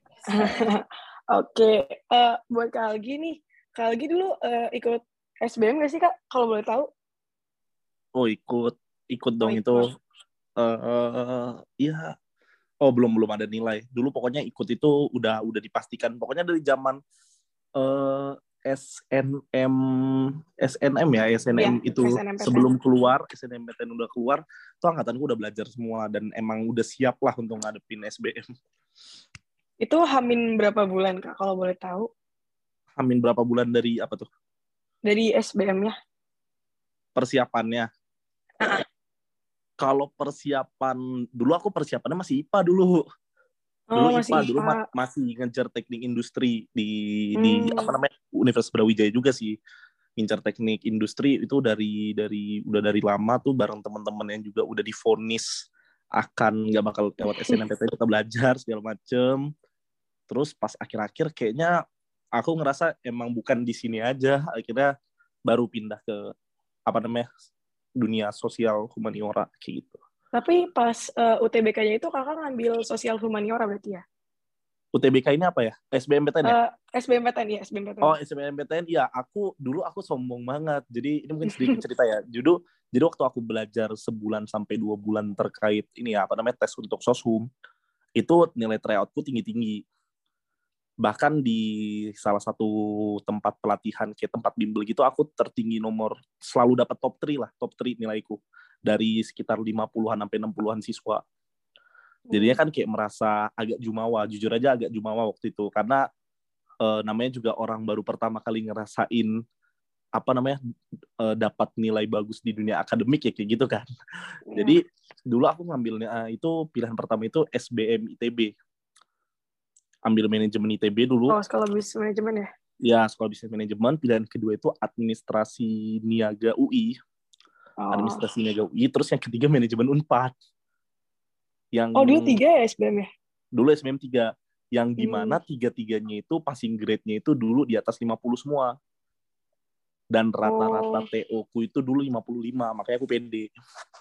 Oke, uh, buat Kak Algi nih. Kak Algi dulu uh, ikut S B M nggak sih, Kak? Kalau boleh tahu. Oh, ikut. Ikut dong oh, itu. Uh, uh, ya, oh belum belum ada nilai. Dulu pokoknya ikut itu udah udah dipastikan. Pokoknya dari zaman uh, S N M S N M ya S N M ya, itu S N M P T N. Sebelum keluar S N M P T N udah keluar, tuh angkatanku udah belajar semua dan emang udah siap lah untuk ngadepin S B M. Itu hamin berapa bulan, Kak? Kalau boleh tahu? Hamin berapa bulan dari apa tuh? Dari S B M-nya. Persiapannya. Uh-huh. Kalau persiapan, dulu aku persiapannya masih I P A dulu. Dulu oh, I P A, masih dulu I P A. ma- masih ngejar teknik industri di hmm. di apa namanya Universitas Brawijaya juga sih. Ngincar teknik industri itu dari dari udah dari lama tuh bareng teman-teman yang juga udah divonis akan nggak bakal lewat S N M P T N, kita belajar segala macem. Terus pas akhir-akhir kayaknya aku ngerasa emang bukan di sini aja, akhirnya baru pindah ke apa namanya dunia sosial humaniora kayak gitu. Tapi pas uh, U T B K-nya itu kakak ngambil sosial humaniora berarti ya? U T B K ini apa ya? S B M P T N ya? Uh, S B M P T N ya, S B M P T N. Oh, S B M P T N ya. Aku dulu aku sombong banget. Jadi ini mungkin sedikit cerita ya. Jadi jadi waktu aku belajar sebulan sampai dua bulan terkait ini ya apa namanya tes untuk soshum, itu nilai tryoutku tinggi-tinggi. Bahkan di salah satu tempat pelatihan kayak tempat bimbel gitu, aku tertinggi nomor, selalu dapat top tiga lah, top tiga nilaiku dari sekitar lima puluhan sampai enam puluhan siswa. Jadinya kan kayak merasa agak jumawa, jujur aja agak jumawa waktu itu, karena e, namanya juga orang baru pertama kali ngerasain apa namanya e, dapat nilai bagus di dunia akademik ya kayak gitu kan. Yeah. Jadi dulu aku ngambilnya itu pilihan pertama itu S B M I T B. Ambil manajemen I T B dulu. Oh, sekolah bisnis manajemen ya? Ya, sekolah bisnis manajemen. Pilihan kedua itu administrasi niaga U I. Oh. Administrasi niaga U I. Terus yang ketiga manajemen Unpad. Yang oh, dulu tiga ya S B M ya? Dulu S B M tiga. Yang dimana hmm. tiga-tiganya itu passing grade-nya itu dulu di atas lima puluh semua. Dan rata-rata oh. T O-ku itu dulu lima puluh lima. Makanya aku pede.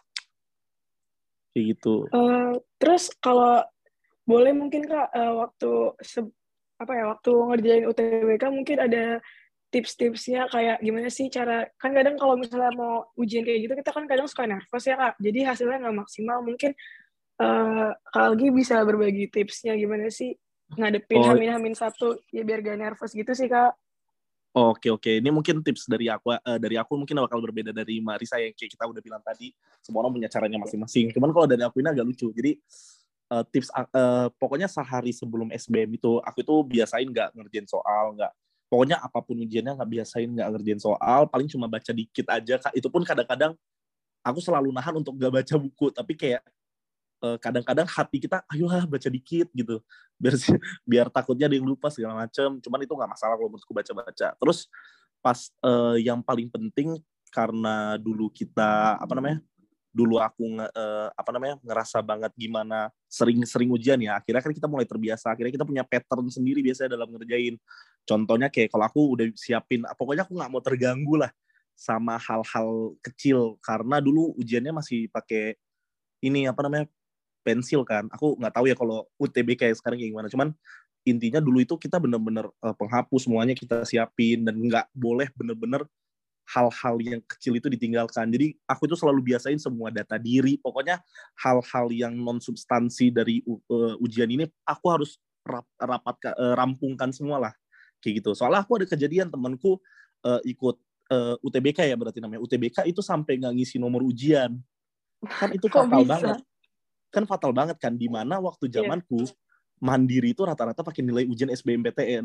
Kayak gitu. Uh, terus kalau boleh mungkin Kak uh, waktu se- apa ya waktu ngerjain U T B K mungkin ada tips-tipsnya kayak gimana sih cara, kan kadang kalau misalnya mau ujian kayak gitu kita kan kadang suka nervous ya Kak, jadi hasilnya nggak maksimal. Mungkin uh, Kak Algi bisa berbagi tipsnya gimana sih ngadepin oh. hamin-hamin satu ya biar gak nervous gitu sih Kak. Oh, oke oke, ini mungkin tips dari aku uh, dari aku mungkin bakal berbeda dari Marisa yang kayak kita udah bilang tadi, semua orang punya caranya masing-masing. Cuman kalau dari aku ini agak lucu. Jadi Uh, tips uh, pokoknya sehari sebelum S B M itu aku itu biasain nggak ngerjain soal, nggak pokoknya apapun ujiannya nggak biasain nggak ngerjain soal, paling cuma baca dikit aja. Itu pun kadang-kadang aku selalu nahan untuk nggak baca buku, tapi kayak uh, kadang-kadang hati kita ayolah baca dikit gitu biar biar takutnya ada yang lupa segala macem. Cuman itu nggak masalah kalau menurutku baca-baca. Terus pas uh, yang paling penting karena dulu kita apa namanya dulu aku nge, uh, apa namanya ngerasa banget gimana sering-sering ujian ya. Akhirnya kan kita mulai terbiasa. Akhirnya kita punya pattern sendiri biasanya dalam ngerjain. Contohnya kayak kalau aku udah siapin, pokoknya aku nggak mau terganggu lah sama hal-hal kecil karena dulu ujiannya masih pakai ini apa namanya pensil kan. Aku nggak tahu ya kalau U T B K sekarang kayak gimana. Cuman intinya dulu itu kita bener-bener uh, penghapus semuanya kita siapin dan nggak boleh bener-bener hal-hal yang kecil itu ditinggalkan. Jadi aku itu selalu biasain semua data diri. Pokoknya hal-hal yang non substansi dari uh, ujian ini aku harus rap, rapat uh, rampungkan semua lah kayak gitu. Soalnya aku ada kejadian temanku uh, ikut uh, U T B K ya berarti namanya U T B K itu sampai nggak ngisi nomor ujian. Kan itu fatal banget. Kan fatal banget kan di mana waktu zamanku yeah. mandiri itu rata-rata pakai nilai ujian S B M P T N.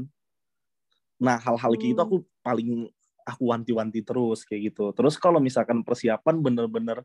Nah, hal-hal kayak gitu aku paling aku wanti-wanti terus kayak gitu. Terus kalau misalkan persiapan bener-bener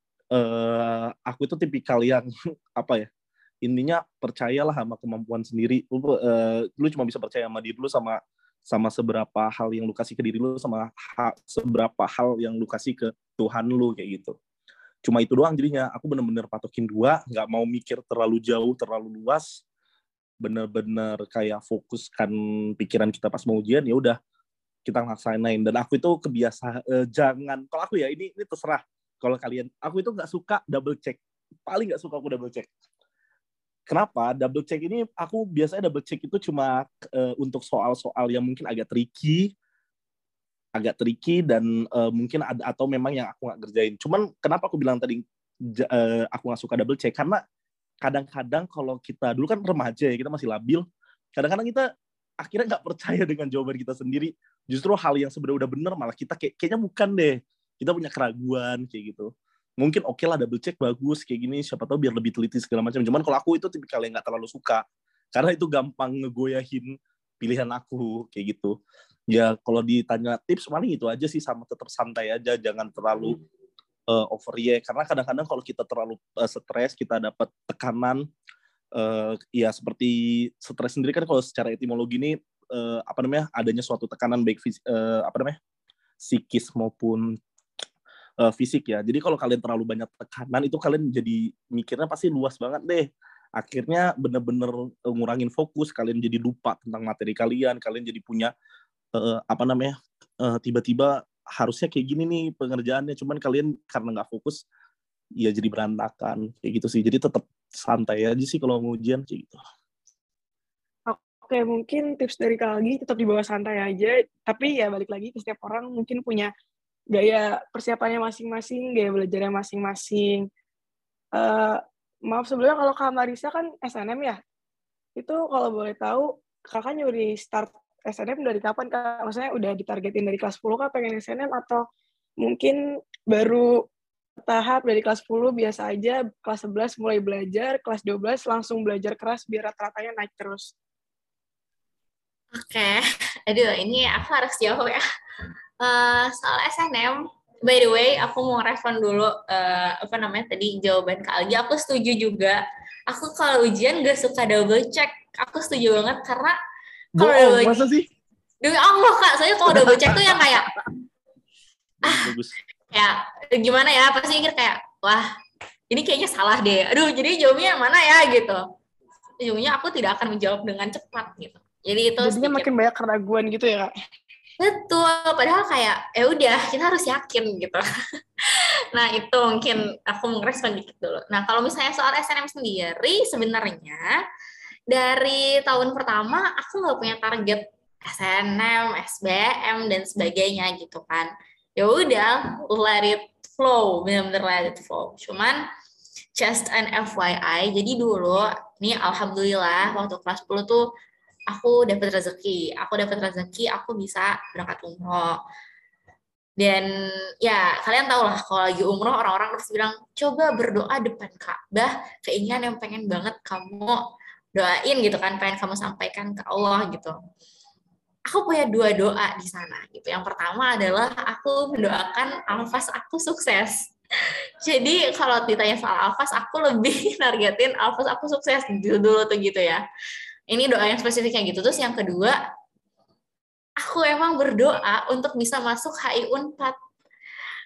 uh, aku itu tipikal yang apa ya? Intinya percayalah sama kemampuan sendiri. Lu, uh, lu cuma bisa percaya sama diri lu sama sama seberapa hal yang lu kasih ke diri lu sama ha, seberapa hal yang lu kasih ke Tuhan lu kayak gitu. Cuma itu doang jadinya. Aku bener-bener patokin dua, nggak mau mikir terlalu jauh, terlalu luas. Bener-bener kayak fokuskan pikiran kita pas mau ujian, ya udah kita ngelaksanain. Dan aku itu kebiasa eh, jangan, kalau aku ya ini ini terserah kalau kalian, aku itu nggak suka double check, paling nggak suka aku double check. Kenapa? Double check ini aku biasanya double check itu cuma eh, untuk soal-soal yang mungkin agak tricky, agak tricky dan uh, mungkin ada atau memang yang aku nggak kerjain. Cuman kenapa aku bilang tadi uh, aku nggak suka double check, karena kadang-kadang kalau kita dulu kan remaja ya, kita masih labil, kadang-kadang kita akhirnya nggak percaya dengan jawaban kita sendiri. Justru hal yang sebenarnya udah bener malah kita kayak, kayaknya bukan deh, kita punya keraguan kayak gitu. Mungkin oke okay lah double check bagus kayak gini, siapa tahu biar lebih teliti segala macam. Cuman kalau aku itu tipikal yang nggak terlalu suka, karena itu gampang ngegoyahin pilihan aku kayak gitu. Ya kalau ditanya tips paling itu aja sih, sama tetap santai aja, jangan terlalu uh, overreact. Karena kadang-kadang kalau kita terlalu uh, stres, kita dapat tekanan. Uh, ya seperti stres sendiri kan kalau secara etimologi ini uh, apa namanya adanya suatu tekanan baik fisik, uh, apa namanya psikis maupun uh, fisik ya. Jadi kalau kalian terlalu banyak tekanan itu kalian jadi mikirnya pasti luas banget deh. Akhirnya bener-bener uh, ngurangin fokus, kalian jadi lupa tentang materi kalian, kalian jadi punya Uh, apa namanya uh, tiba-tiba harusnya kayak gini nih pengerjaannya, cuman kalian karena nggak fokus ya jadi berantakan kayak gitu sih. Jadi tetap santai aja sih kalau mau ujian kayak gitu. Oke, mungkin tips dari Kak Algi tetap dibawa santai aja, tapi ya balik lagi ke setiap orang mungkin punya gaya persiapannya masing-masing, gaya belajarnya masing-masing. Uh, maaf sebelumnya kalau Kak Marisa kan S N M ya, itu kalau boleh tahu kakak nyuri start S N M dari kapan, Kak? Maksudnya udah ditargetin dari kelas sepuluh, Kak, pengen S N M, atau mungkin baru tahap dari kelas sepuluh biasa aja, kelas sebelas mulai belajar, kelas dua belas langsung belajar keras biar rata-ratanya naik terus? Oke, aduh ini aku harus jawab ya. Uh, soal S N M, by the way, aku mau respon dulu, uh, apa namanya tadi jawaban Kak Algi, aku setuju juga. Aku kalau ujian gak suka double check, aku setuju banget, karena kalau oh, masa sih? Demi Allah Kak, saya kalau double check tuh yang kayak ah, bagus. Ya gimana ya, pasti mikir kayak wah ini kayaknya salah deh. Aduh, jadi jawabnya yang mana ya gitu. Ujungnya aku tidak akan menjawab dengan cepat gitu. Jadi itu jadinya makin banyak keraguan gitu ya Kak? Betul, padahal kayak ya udah kita harus yakin gitu. Nah itu mungkin aku merespon dikit dulu. Nah kalau misalnya soal S N M sendiri sebenarnya dari tahun pertama aku nggak punya target S N M, S B M dan sebagainya gitu kan. Ya udah, let it flow, benar-benar let it flow. Cuman just an F Y I. Jadi dulu, nih alhamdulillah waktu kelas sepuluh tuh aku dapat rezeki. Aku dapat rezeki, aku bisa berangkat umroh. Dan ya kalian tahu lah kalau lagi umroh orang-orang harus bilang coba berdoa depan Ka'bah, keinginan yang pengen banget kamu doain gitu kan, pengen kamu sampaikan ke Allah gitu. Aku punya dua doa di sana gitu. Yang pertama adalah aku mendoakan Alfas aku sukses. Jadi kalau ditanya soal Alfas, aku lebih nargetin Alfas aku sukses dulu tuh gitu ya. Ini doa yang spesifiknya gitu. Terus yang kedua, aku emang berdoa untuk bisa masuk H I Unpad.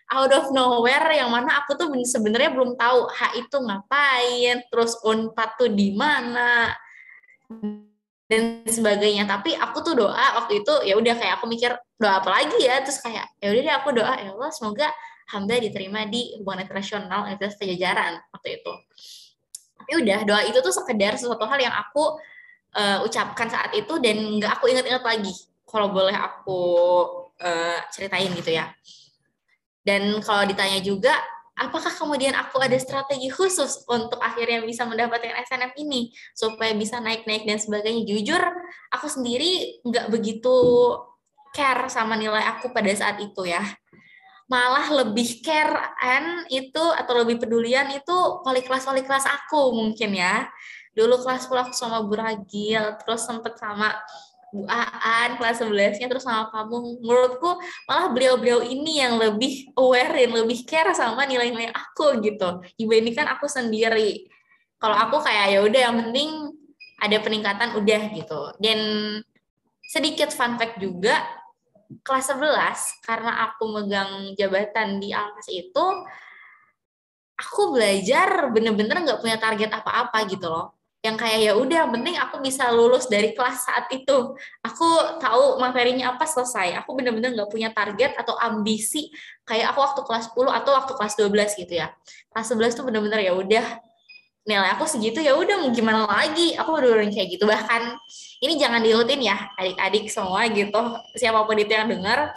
out of nowhere yang mana aku tuh sebenarnya belum tahu H itu ngapain, terus Unpad tuh di mana dan sebagainya. Tapi aku tuh doa waktu itu ya udah kayak aku mikir doa apa lagi ya, terus kayak ya udah deh aku doa ya Allah semoga hamba diterima di hubungan internasional Universitas Pajajaran waktu itu. Tapi udah doa itu tuh sekedar sesuatu hal yang aku uh, ucapkan saat itu dan nggak aku ingat-ingat lagi. Kalau boleh aku uh, ceritain gitu ya. Dan kalau ditanya juga, apakah kemudian aku ada strategi khusus untuk akhirnya bisa mendapatkan S N M ini supaya bisa naik-naik dan sebagainya? Jujur, aku sendiri nggak begitu care sama nilai aku pada saat itu ya. Malah lebih care-an itu atau lebih pedulian itu wali kelas-wali kelas aku mungkin ya. Dulu kelas aku sama Bu Ragil, terus sempet sama Bu Aan kelas sebelasnya, terus sama kamu. Menurutku malah beliau-beliau ini yang lebih aware dan lebih care sama nilai-nilai aku gitu dibandingkan aku sendiri. Kalau aku kayak ya udah yang penting ada peningkatan udah gitu. Dan sedikit fun fact juga, kelas sebelas karena aku megang jabatan di Almas itu, aku belajar bener-bener nggak punya target apa-apa gitu loh. Yang kayak ya udah yang penting aku bisa lulus dari kelas saat itu. Aku tahu materinya apa selesai. Aku bener-bener nggak punya target atau ambisi kayak aku waktu kelas sepuluh atau waktu kelas dua belas gitu ya. Kelas sebelas tuh bener-bener ya udah nilai aku segitu ya udah mau gimana lagi. Aku udah kayak gitu. Bahkan ini jangan dilutin ya adik-adik semua gitu. Siapapun itu yang dengar.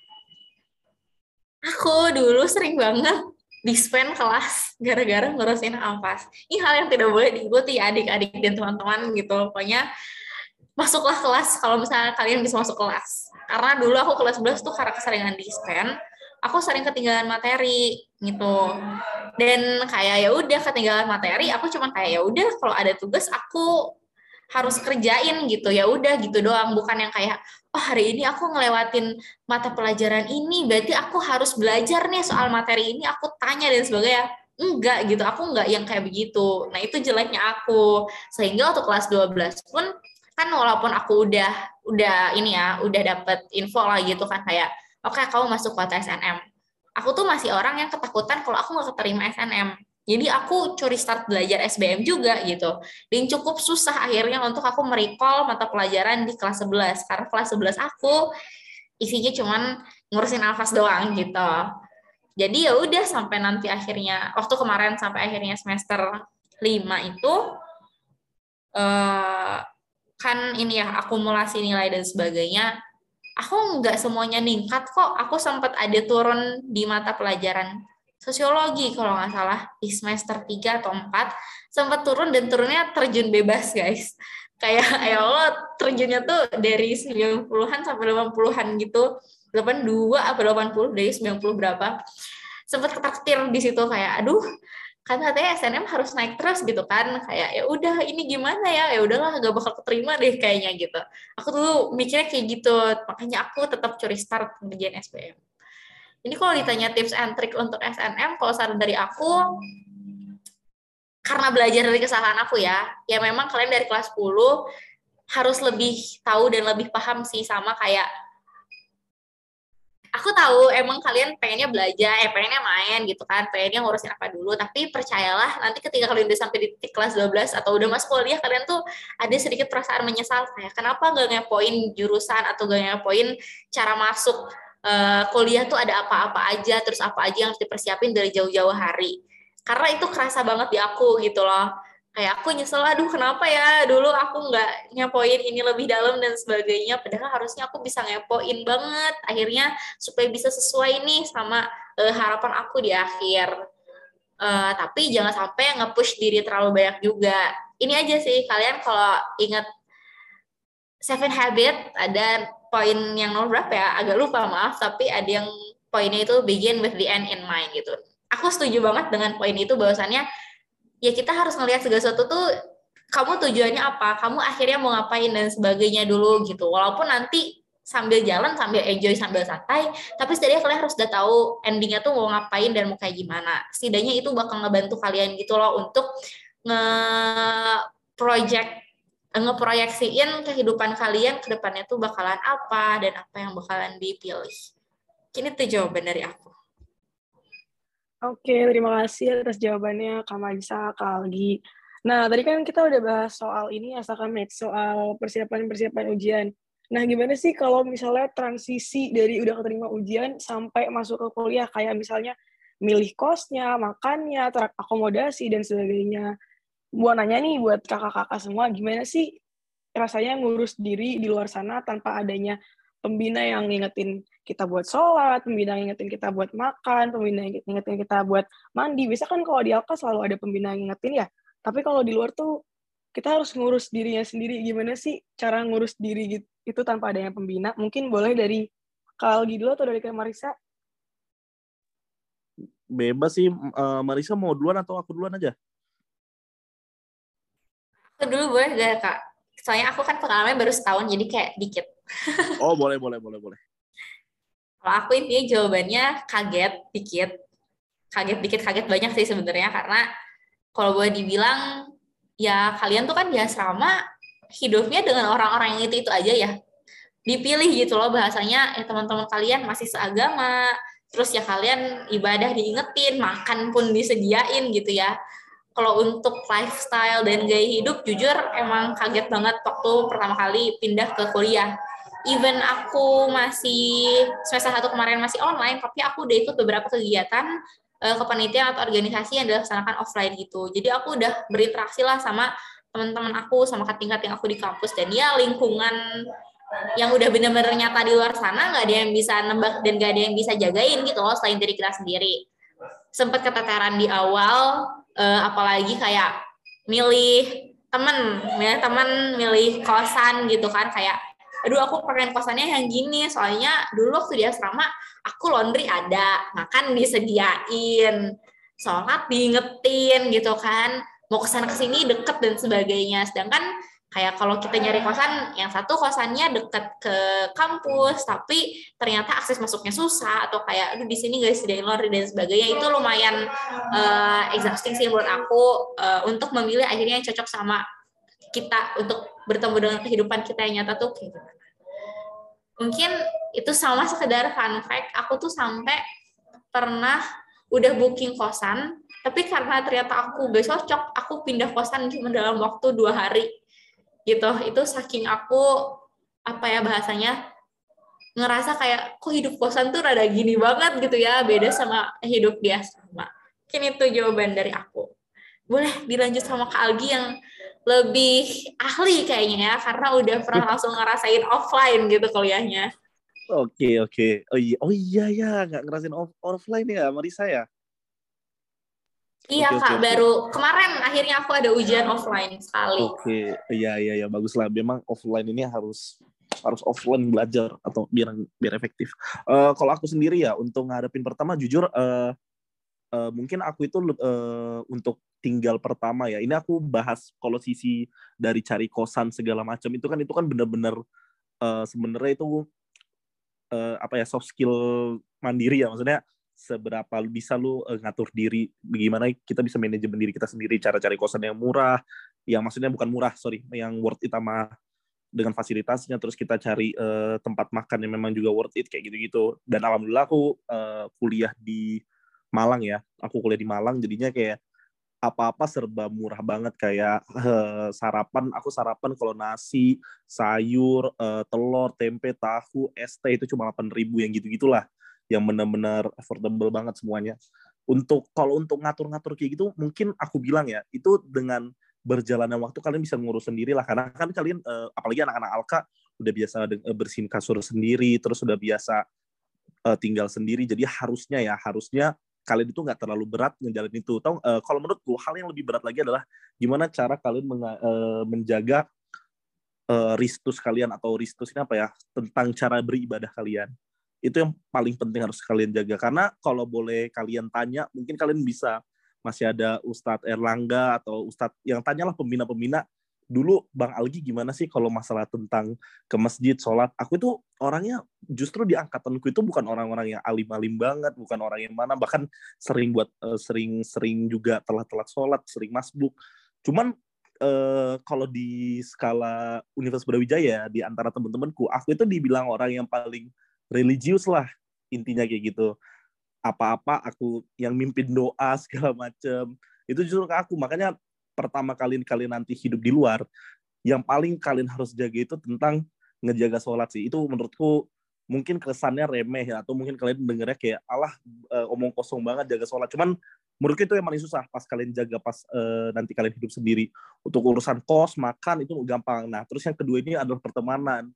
Aku dulu sering banget dispen kelas gara-gara ngurusin ampas. Ini hal yang tidak boleh diikuti ya adik-adik dan teman-teman gitu. Pokoknya masuklah kelas kalau misalnya kalian bisa masuk kelas. Karena dulu aku kelas sebelas tuh karena keseringan dispen, aku sering ketinggalan materi gitu. Dan kayak ya udah ketinggalan materi, aku cuma kayak ya udah kalau ada tugas aku harus kerjain gitu. Ya udah gitu doang, bukan yang kayak oh hari ini aku ngelewatin mata pelajaran ini, berarti aku harus belajar nih soal materi ini, aku tanya dan sebagainya. Enggak gitu, aku enggak yang kayak begitu. Nah itu jeleknya aku. Sehingga waktu kelas dua belas pun, kan walaupun aku udah udah ini ya, udah dapet info lah gitu kan, kayak oke okay, kamu masuk kuota S N M. Aku tuh masih orang yang ketakutan kalau aku nggak keterima S N M. Jadi aku curi start belajar S B M juga gitu. Dan cukup susah akhirnya untuk aku merecall mata pelajaran di kelas sebelas. Karena kelas sebelas aku isinya cuman ngurusin alfas doang gitu. Jadi ya udah sampai nanti akhirnya, waktu kemarin sampai akhirnya semester lima itu, eh, kan ini ya akumulasi nilai dan sebagainya, aku nggak semuanya ningkat kok. Aku sempat ada turun di mata pelajaran sosiologi kalau nggak salah di semester tiga atau empat, sempat turun dan turunnya terjun bebas guys. Kayak ya Allah terjunnya tuh dari sembilan puluhan sampai delapan puluhan gitu, delapan puluh dua atau delapan puluh dari sembilan puluh berapa. Sempat ketaktir di situ kayak aduh, kan katanya S N M harus naik terus gitu kan, kayak ya udah ini gimana ya, ya udahlah gak bakal keterima deh kayaknya gitu. Aku tuh mikirnya kayak gitu, makanya aku tetap curi start ngerjain S B M. Ini kalau ditanya tips and trick untuk S N M, kalau saran dari aku, karena belajar dari kesalahan aku ya, ya memang kalian dari kelas sepuluh harus lebih tahu dan lebih paham sih, sama kayak aku tahu emang kalian pengennya belajar, eh pengennya main gitu kan, pengennya ngurusin apa dulu, tapi percayalah nanti ketika kalian udah sampai di titik kelas dua belas atau udah masuk kuliah, kalian tuh ada sedikit perasaan menyesal kayak kenapa nggak ngepoin jurusan atau nggak ngepoin cara masuk uh, kuliah tuh ada apa-apa aja, terus apa aja yang harus dipersiapin dari jauh-jauh hari. Karena itu kerasa banget di aku gitu loh. Kayak aku nyesel, aduh kenapa ya dulu aku nggak ngepoin ini lebih dalam dan sebagainya, padahal harusnya aku bisa ngepoin banget akhirnya supaya bisa sesuai nih sama uh, harapan aku di akhir. Uh, tapi jangan sampai nge-push diri terlalu banyak juga. Ini aja sih, kalian kalau ingat Seven Habits, ada poin yang nomor berapa ya, agak lupa maaf, tapi ada yang poinnya itu begin with the end in mind gitu. Aku setuju banget dengan poin itu, bahwasannya ya kita harus ngelihat segala sesuatu tuh kamu tujuannya apa, kamu akhirnya mau ngapain dan sebagainya dulu gitu. Walaupun nanti sambil jalan, sambil enjoy, sambil santai, tapi setidaknya kalian harus udah tahu endingnya tuh mau ngapain dan mau kayak gimana. Setidaknya itu bakal ngebantu kalian gitu loh untuk nge-project, ngeproyeksiin kehidupan kalian ke depannya tuh bakalan apa dan apa yang bakalan dipilih. Ini tuh jawaban dari aku. Oke, terima kasih atas jawabannya Kak Marisa, Kak Algi. Nah, tadi kan kita udah bahas soal ini ya, Kak Med, soal persiapan-persiapan ujian. Nah, gimana sih kalau misalnya transisi dari udah keterima ujian sampai masuk ke kuliah, kayak misalnya milih kosnya, makannya, terakomodasi, dan sebagainya. Buat nanya nih buat kakak-kakak semua, gimana sih rasanya ngurus diri di luar sana tanpa adanya pembina yang ngingetin kita buat sholat, pembina yang ngingetin kita buat makan, pembina yang ngingetin kita buat mandi. Biasa kan kalau di Alka selalu ada pembina yang ngingetin ya, tapi kalau di luar tuh kita harus ngurus dirinya sendiri. Gimana sih cara ngurus diri gitu, itu tanpa adanya pembina? Mungkin boleh dari Kak Algi dulu atau dari Kak Marisa? Bebas sih, uh, Marisa mau duluan atau aku duluan aja? Aku dulu boleh gak Kak? Soalnya aku kan pengalamannya baru setahun, jadi kayak dikit. Oh, boleh, boleh, boleh, boleh. Kalau aku intinya jawabannya kaget dikit. Kaget dikit, kaget banyak sih sebenarnya, karena kalau boleh dibilang, ya kalian tuh kan di asrama hidupnya dengan orang-orang yang itu-itu aja ya. Dipilih gitu loh bahasanya, ya teman-teman kalian masih seagama, terus ya kalian ibadah diingetin, makan pun disediain gitu ya. Kalau untuk lifestyle dan gaya hidup, jujur emang kaget banget waktu pertama kali pindah ke kuliah. Even aku masih semester satu kemarin masih online, tapi aku udah ikut beberapa kegiatan uh, kepanitiaan atau organisasi yang dilaksanakan offline gitu. Jadi aku udah berinteraksi lah sama teman-teman aku, sama tingkat yang aku di kampus, dan ya lingkungan yang udah bener-bener nyata di luar sana nggak ada yang bisa nembak dan nggak ada yang bisa jagain gitu loh selain diri kita sendiri. Sempat keteteran di awal, uh, apalagi kayak milih temen, milih temen, milih kosan gitu kan, kayak aduh aku pengen kosannya yang gini, soalnya dulu waktu di asrama aku laundry ada, makan disediain, sholat diingetin gitu kan, mau kesana kesini deket dan sebagainya. Sedangkan kayak kalau kita nyari kosan, yang satu kosannya deket ke kampus, tapi ternyata akses masuknya susah, atau kayak di sini nggak disediain laundry dan sebagainya, itu lumayan uh, exhausting sih menurut aku uh, untuk memilih akhirnya yang cocok sama kita untuk bertemu dengan kehidupan kita yang nyata tuh kayak gimana. Mungkin itu sama sekedar fun fact, aku tuh sampai pernah udah booking kosan, tapi karena ternyata aku gak cocok, aku pindah kosan cuma dalam waktu dua hari. Gitu, itu saking aku apa ya bahasanya ngerasa kayak kok hidup kosan tuh rada gini banget gitu ya, beda sama hidup di asrama. Mungkin itu jawaban dari aku. Boleh dilanjut sama Kak Algi yang lebih ahli kayaknya ya, karena udah pernah langsung ngerasain offline gitu kuliahnya. Oke, oke. Oh iya, oh iya ya, nggak ngerasain off offline ya, Marisa ya? Iya Oke, Kak, oke, oke. baru kemarin akhirnya aku ada ujian offline sekali. Oke, iya iya iya bagus lah. Memang offline ini harus harus offline belajar atau biar biar efektif. Uh, kalau aku sendiri ya untuk ngadepin pertama jujur uh, uh, mungkin aku itu uh, untuk tinggal pertama ya. Ini aku bahas kalau sisi dari cari kosan segala macam itu kan itu kan benar-benar uh, sebenarnya itu uh, apa ya soft skill mandiri ya, maksudnya seberapa bisa lu uh, ngatur diri, bagaimana kita bisa manajemen diri kita sendiri, cara cari kosan yang murah, yang maksudnya bukan murah, sorry, yang worth it sama dengan fasilitasnya, terus kita cari uh, tempat makan yang memang juga worth it, kayak gitu-gitu. Dan alhamdulillah aku uh, kuliah di Malang ya, aku kuliah di Malang, jadinya kayak apa-apa serba murah banget, kayak uh, sarapan, aku sarapan kalau nasi, sayur, uh, telur, tempe, tahu, es teh itu cuma delapan ribu, yang gitu-gitulah, yang benar-benar affordable banget semuanya. Untuk kalau untuk ngatur-ngatur kayak gitu, mungkin aku bilang ya, itu dengan berjalannya waktu kalian bisa ngurus sendiri lah, karena kan kalian, uh, apalagi anak-anak Alka, udah biasa uh, bersihin kasur sendiri, terus udah biasa uh, tinggal sendiri, jadi harusnya ya, harusnya kalian itu nggak terlalu berat ngejalanin itu. Tahu, uh, kalau menurutku hal yang lebih berat lagi adalah gimana cara kalian menga- uh, menjaga uh, ristus kalian, atau ristus ini apa ya, tentang cara beribadah kalian. Itu yang paling penting harus kalian jaga. Karena kalau boleh kalian tanya, mungkin kalian bisa, masih ada Ustadz Erlangga atau Ustadz yang tanyalah pembina-pembina, dulu Bang Algi gimana sih kalau masalah tentang ke masjid, sholat. Aku itu orangnya justru di angkatanku itu bukan orang-orang yang alim-alim banget, bukan orang yang mana, bahkan sering buat uh, sering-sering juga telat-telat sholat, sering masbuk. Cuman uh, kalau di skala Universitas Brawijaya, di antara teman-temanku, aku itu dibilang orang yang paling religius lah, intinya kayak gitu. apa-apa aku yang mimpin doa segala macem. Itu justru ke aku. Makanya pertama kali kalian nanti hidup di luar, yang paling kalian harus jaga itu tentang ngejaga sholat sih. Itu menurutku mungkin kesannya remeh ya, atau mungkin kalian dengernya kayak alah uh, omong kosong banget jaga sholat. Cuman menurutku itu yang paling susah pas kalian jaga pas uh, nanti kalian hidup sendiri. Untuk urusan kos, makan itu gampang. Nah, terus yang kedua ini adalah pertemanan.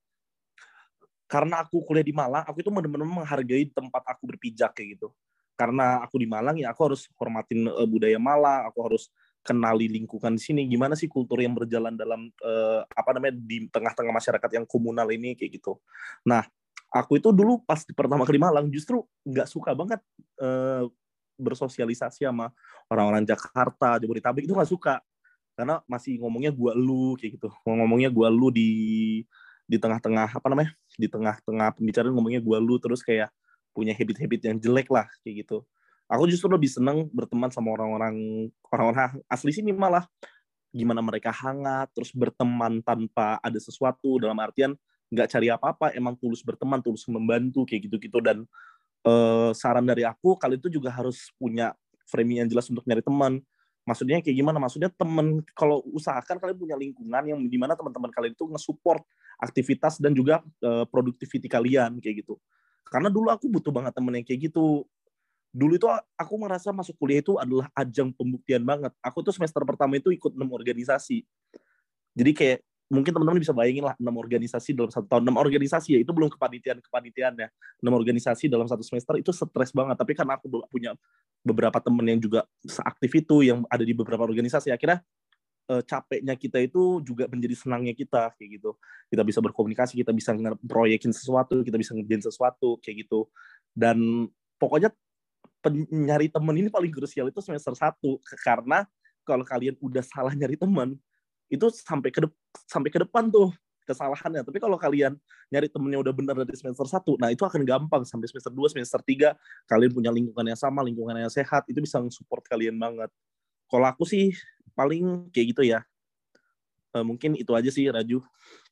Karena aku kuliah di Malang, aku itu benar-benar menghargai tempat aku berpijak kayak gitu. Karena aku di Malang ya aku harus hormatin uh, budaya Malang, aku harus kenali lingkungan di sini, gimana sih kultur yang berjalan dalam uh, apa namanya di tengah-tengah masyarakat yang komunal ini kayak gitu. Nah, aku itu dulu pas pertama kali Malang justru nggak suka banget uh, bersosialisasi sama orang-orang Jakarta, Jabodetabek itu nggak suka. Karena masih ngomongnya gua lu kayak gitu. Ngomongnya gua lu di di tengah-tengah apa namanya? Di tengah-tengah pembicaraan ngomongnya gua lu terus kayak punya habit-habit yang jelek lah kayak gitu. Aku justru lebih seneng berteman sama orang-orang orang-orang asli sini malah gimana mereka hangat, terus berteman tanpa ada sesuatu dalam artian nggak cari apa-apa, emang tulus berteman, tulus membantu kayak gitu-gitu. Dan eh, saran dari aku, kalian itu juga harus punya framing yang jelas untuk nyari teman. Maksudnya kayak gimana? Maksudnya teman, kalau usahakan kalian punya lingkungan yang dimana teman-teman kalian itu nge-support aktivitas dan juga uh, productivity kalian kayak gitu. Karena dulu aku butuh banget temen yang kayak gitu. Dulu itu aku merasa masuk kuliah itu adalah ajang pembuktian banget. Aku tuh semester pertama itu ikut enam organisasi. Jadi kayak mungkin teman-teman bisa bayangin lah enam organisasi dalam satu tahun. enam organisasi ya, itu belum kepanitiaan-kepanitiaan ya. enam organisasi dalam satu semester itu stres banget. Tapi karena aku punya beberapa teman yang juga seaktif itu, yang ada di beberapa organisasi, akhirnya eh, capeknya kita itu juga menjadi senangnya kita kayak gitu. Kita bisa berkomunikasi, kita bisa ngeproyekin sesuatu, kita bisa ngerjain sesuatu kayak gitu. Dan pokoknya nyari teman ini paling krusial itu semester satu, karena kalau kalian udah salah nyari teman itu sampai ke de- sampai ke depan tuh kesalahannya. Tapi kalau kalian nyari temennya udah benar dari semester satu, nah itu akan gampang sampai semester dua, semester tiga kalian punya lingkungan yang sama, lingkungan yang sehat, itu bisa support kalian banget. Kalau aku sih paling kayak gitu ya. Uh, mungkin itu aja sih, Raju.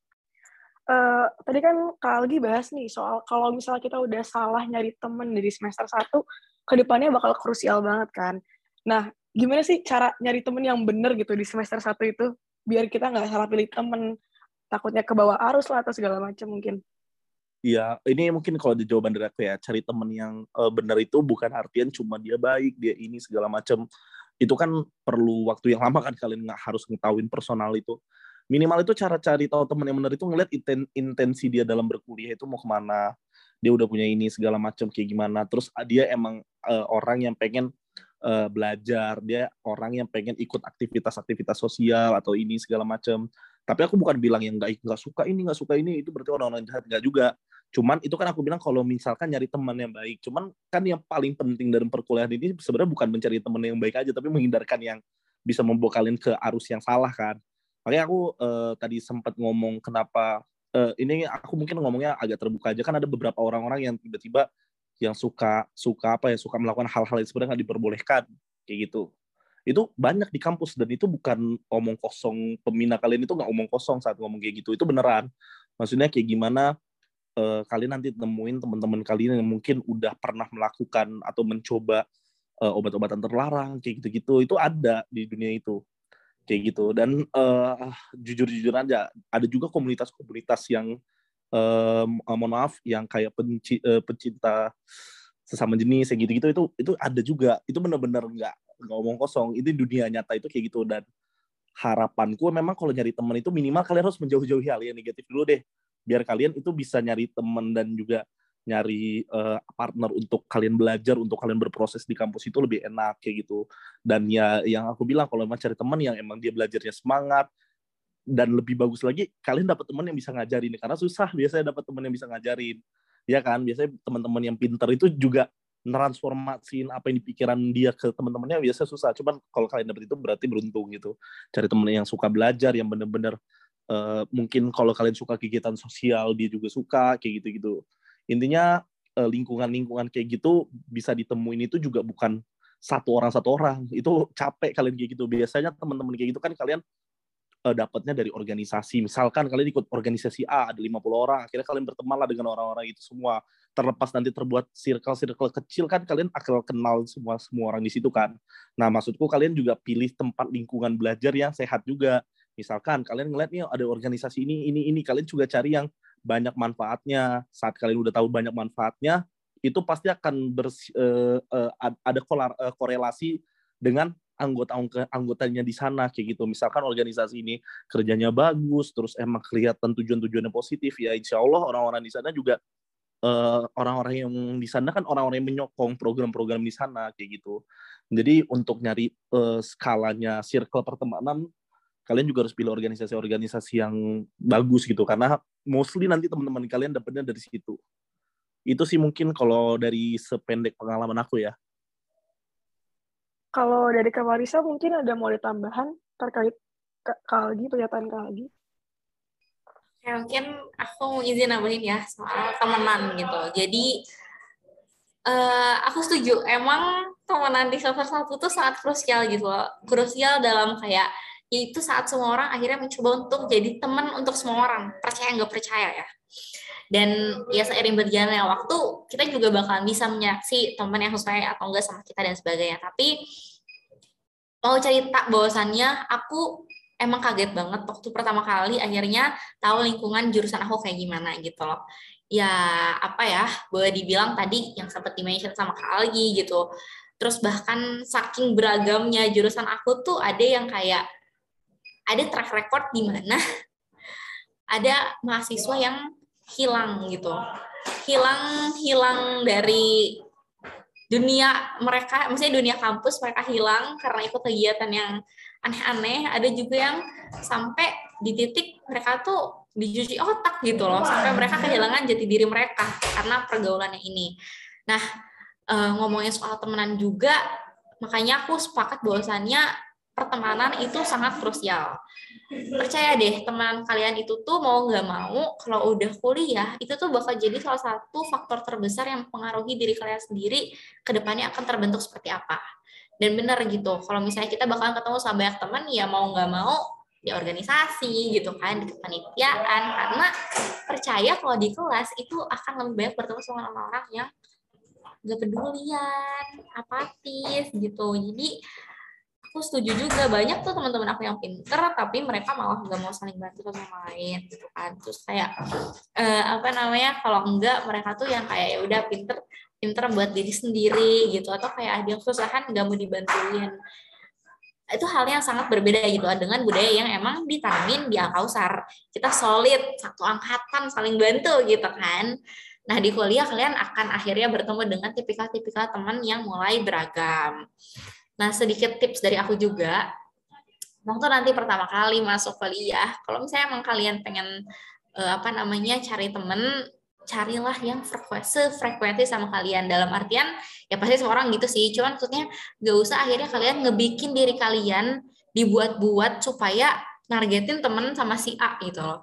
Uh, tadi kan Kak Algi bahas nih soal kalau misalnya kita udah salah nyari temen dari semester satu, kedepannya bakal krusial banget kan. Nah, gimana sih cara nyari temen yang bener gitu di semester satu itu, biar kita nggak salah pilih temen, takutnya ke bawah arus lah atau segala macam mungkin. Iya, ini mungkin kalau di jawaban dari aku ya, cari temen yang uh, bener itu bukan artian cuma dia baik, dia ini segala macam. Itu kan perlu waktu yang lama kan, kalian nggak harus ngetahuin personal itu. Minimal itu cara cari tahu teman yang benar itu ngeliat intensi dia dalam berkuliah itu mau kemana, dia udah punya ini segala macam kayak gimana, terus dia emang uh, orang yang pengen uh, belajar, dia orang yang pengen ikut aktivitas-aktivitas sosial atau ini segala macam. Tapi aku bukan bilang yang nggak nggak suka ini nggak suka ini itu berarti orang-orang jahat, nggak juga. Cuman itu kan aku bilang kalau misalkan nyari teman yang baik. Cuman kan yang paling penting dalam perkuliahan ini sebenarnya bukan mencari teman yang baik aja, tapi menghindarkan yang bisa membawa kalian ke arus yang salah kan. Makanya aku uh, tadi sempat ngomong kenapa uh, ini aku mungkin ngomongnya agak terbuka aja, kan ada beberapa orang-orang yang tiba-tiba yang suka suka apa ya suka melakukan hal-hal yang sebenarnya nggak diperbolehkan kayak gitu. Itu banyak di kampus dan itu bukan omong kosong. Pembina kalian itu nggak omong kosong saat ngomong kayak gitu, itu beneran. Maksudnya kayak gimana uh, kalian nanti temuin teman-teman kalian yang mungkin udah pernah melakukan atau mencoba uh, obat-obatan terlarang kayak gitu-gitu, itu ada di dunia itu kayak gitu. Dan uh, jujur-jujur aja ada juga komunitas-komunitas yang uh, mohon maaf yang kayak penci, uh, pencinta sesama jenis kayak gitu-gitu, itu itu ada juga. Itu benar-benar nggak nggak omong kosong, itu dunia nyata itu kayak gitu. Dan harapanku memang kalau nyari teman itu minimal kalian harus menjauh-jauhi hal yang negatif dulu deh, biar kalian itu bisa nyari teman dan juga nyari uh, partner untuk kalian belajar, untuk kalian berproses di kampus itu lebih enak kayak gitu. Dan ya yang aku bilang, kalau emang cari teman yang emang dia belajarnya semangat, dan lebih bagus lagi kalian dapat teman yang bisa ngajarin, karena susah biasanya dapat teman yang bisa ngajarin ya kan. Biasanya teman-teman yang pintar itu juga transformasiin apa yang di pikiran dia ke teman-temannya biasanya susah. Cuman kalau kalian dapat itu berarti beruntung gitu. Cari teman yang suka belajar, yang benar-benar uh, mungkin kalau kalian suka kegiatan sosial dia juga suka kayak gitu-gitu. Intinya lingkungan-lingkungan kayak gitu bisa ditemuin itu juga bukan satu orang satu orang, itu capek kalian kayak gitu. Biasanya teman-teman kayak gitu kan kalian uh, dapatnya dari organisasi. Misalkan kalian ikut organisasi A, ada lima puluh orang, akhirnya kalian bertemanlah dengan orang-orang itu semua. Terlepas nanti terbuat circle-circle kecil kan, kalian akan kenal semua semua orang di situ kan. Nah, maksudku kalian juga pilih tempat lingkungan belajar yang sehat juga. Misalkan kalian ngeliat nih ada organisasi ini, ini, ini, kalian juga cari yang banyak manfaatnya. Saat kalian udah tahu banyak manfaatnya, itu pasti akan bers, uh, uh, ada kolar, uh, korelasi dengan anggota anggotanya di sana kayak gitu. Misalkan organisasi ini kerjanya bagus, terus emang kelihatan tujuan-tujuannya positif, ya insya Allah orang-orang di sana juga uh, orang-orang yang di sana kan orang-orang yang menyokong program-program di sana kayak gitu. Jadi untuk nyari uh, skalanya circle pertemanan, kalian juga harus pilih organisasi-organisasi yang bagus gitu, karena mostly nanti teman-teman kalian dapatnya dari situ. Itu sih mungkin kalau dari sependek pengalaman aku ya. Kalau dari Kak Marisa mungkin ada mau ditambahan terkait Kak Algi, pernyataan Kak Algi? Ya, mungkin aku mau izin nambahin ya soal temenan gitu. Jadi uh, aku setuju, emang temenan di semester satu tuh sangat krusial gitu loh. Krusial dalam kayak, yaitu saat semua orang akhirnya mencoba untuk jadi teman untuk semua orang, percaya nggak percaya ya. Dan ya seiring berjalannya waktu, kita juga bakalan bisa menyeleksi teman yang sesuai atau enggak sama kita dan sebagainya. Tapi mau cerita bahwasannya aku emang kaget banget waktu pertama kali akhirnya tahu lingkungan jurusan aku kayak gimana gitu loh. Ya apa ya, boleh dibilang tadi yang sempat di-mention sama Kak Algi gitu. Terus bahkan saking beragamnya jurusan aku tuh ada yang kayak, ada track record di mana ada mahasiswa yang hilang gitu, hilang hilang dari dunia mereka, maksudnya dunia kampus mereka hilang karena ikut kegiatan yang aneh-aneh. Ada juga yang sampai di titik mereka tuh dicuci otak gitu loh, sampai mereka kehilangan jati diri mereka karena pergaulannya ini. Nah, ngomongin soal temenan juga, makanya aku sepakat bahwasannya pertemanan itu sangat krusial. Percaya deh, teman kalian itu tuh mau nggak mau, kalau udah kuliah, itu tuh bakal jadi salah satu faktor terbesar yang mempengaruhi diri kalian sendiri, ke depannya akan terbentuk seperti apa. Dan benar gitu, kalau misalnya kita bakalan ketemu sama banyak teman, ya mau nggak mau, di organisasi gitu kan, di kepanitiaan, karena percaya kalau di kelas itu akan lebih banyak bertemu sama orang-orang yang nggak pedulian, apatis gitu. Jadi aku setuju juga, banyak tuh teman-teman aku yang pinter tapi mereka malah nggak mau saling bantu satu sama lain gitu kan. Terus kayak eh, apa namanya, kalau enggak mereka tuh yang kayak ya udah pinter pinter buat diri sendiri gitu, atau kayak ada yang kesusahan nggak mau dibantuin. Itu hal yang sangat berbeda gitu dengan budaya yang emang ditanami di Alkausar. Kita solid, satu angkatan, saling bantu gitu kan. Nah, di kuliah kalian akan akhirnya bertemu dengan tipikal-tipikal teman yang mulai beragam. Nah, sedikit tips dari aku juga, waktu nanti pertama kali masuk kuliah, kalau misalnya emang kalian pengen eh, apa namanya cari temen, carilah yang frekuensi frekuensi sama kalian. Dalam artian, ya pasti semua orang gitu sih, cuman maksudnya gak usah akhirnya kalian ngebikin diri kalian dibuat-buat supaya nargetin temen sama si A gitu loh.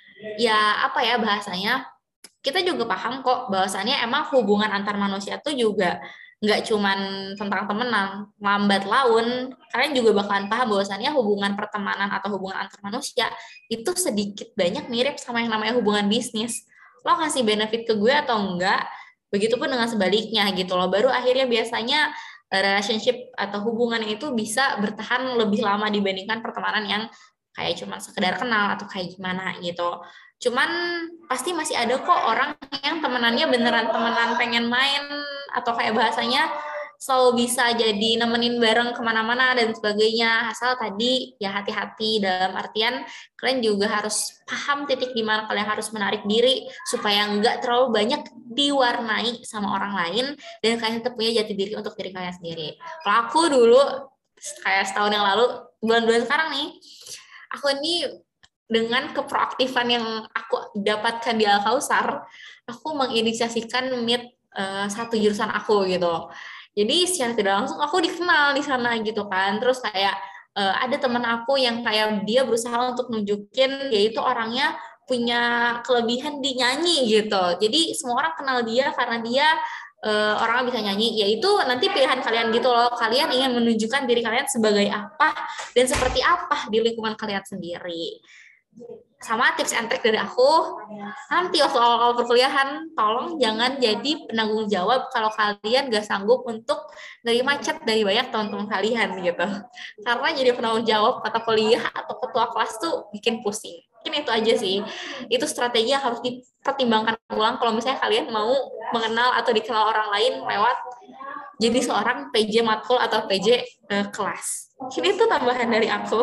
Ya apa ya bahasanya, kita juga paham kok bahwasannya emang hubungan antar manusia tuh juga nggak cuman tentang temenan, lambat laun kalian juga bakalan paham bahwasannya hubungan pertemanan atau hubungan antar manusia itu sedikit banyak mirip sama yang namanya hubungan bisnis. Lo kasih benefit ke gue atau enggak, begitupun dengan sebaliknya gitu loh. Baru akhirnya biasanya relationship atau hubungan itu bisa bertahan lebih lama dibandingkan pertemanan yang kayak cuma sekedar kenal atau kayak gimana gitu. Cuman pasti masih ada kok orang yang temenannya beneran temenan pengen main, atau kayak bahasanya selalu bisa jadi nemenin bareng kemana-mana dan sebagainya. Asal tadi ya hati-hati, dalam artian kalian juga harus paham titik di mana kalian harus menarik diri supaya nggak terlalu banyak diwarnai sama orang lain dan kalian tetap punya jati diri untuk diri kalian sendiri. Kalau aku dulu kayak setahun yang lalu, bulan-bulan sekarang nih, aku ini dengan keproaktifan yang aku dapatkan di Alkausar, aku menginisiasikan meet uh, satu jurusan aku gitu. Jadi secara tidak langsung aku dikenal di sana gitu kan. Terus kayak uh, ada teman aku yang kayak dia berusaha untuk nunjukin yaitu orangnya punya kelebihan di nyanyi gitu. Jadi semua orang kenal dia karena dia uh, orang bisa nyanyi, yaitu nanti pilihan kalian gitu loh. Kalian ingin menunjukkan diri kalian sebagai apa dan seperti apa di lingkungan kalian sendiri. Sama tips and trick dari aku, nanti waktu awal-awal perkuliahan, tolong jangan jadi penanggung jawab kalau kalian gak sanggup untuk nerima chat dari banyak teman-teman kalian gitu. Karena jadi penanggung jawab kata kuliah atau ketua kelas tuh bikin pusing. Mungkin itu aja sih. Itu strategi yang harus dipertimbangkan ulang kalau misalnya kalian mau mengenal atau dikenal orang lain lewat jadi seorang P J matkul atau P J eh, kelas. Ini tuh tambahan dari aku.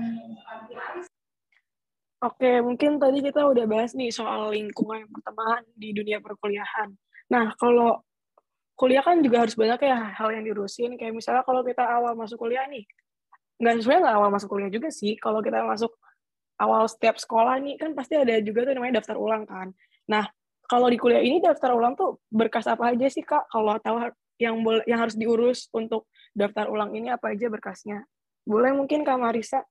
Oke, mungkin tadi kita udah bahas nih soal lingkungan pertemanan di dunia perkuliahan. Nah, kalau kuliah kan juga harus banyak ya hal yang diurusin. Kayak misalnya kalau kita awal masuk kuliah nih, nggak sebenarnya nggak awal masuk kuliah juga sih. Kalau kita masuk awal setiap sekolah nih, kan pasti ada juga tuh namanya daftar ulang kan. Nah, kalau di kuliah ini daftar ulang tuh berkas apa aja sih, Kak? Kalau tahu yang boleh yang harus diurus untuk daftar ulang ini apa aja berkasnya? Boleh mungkin Kak Marisa?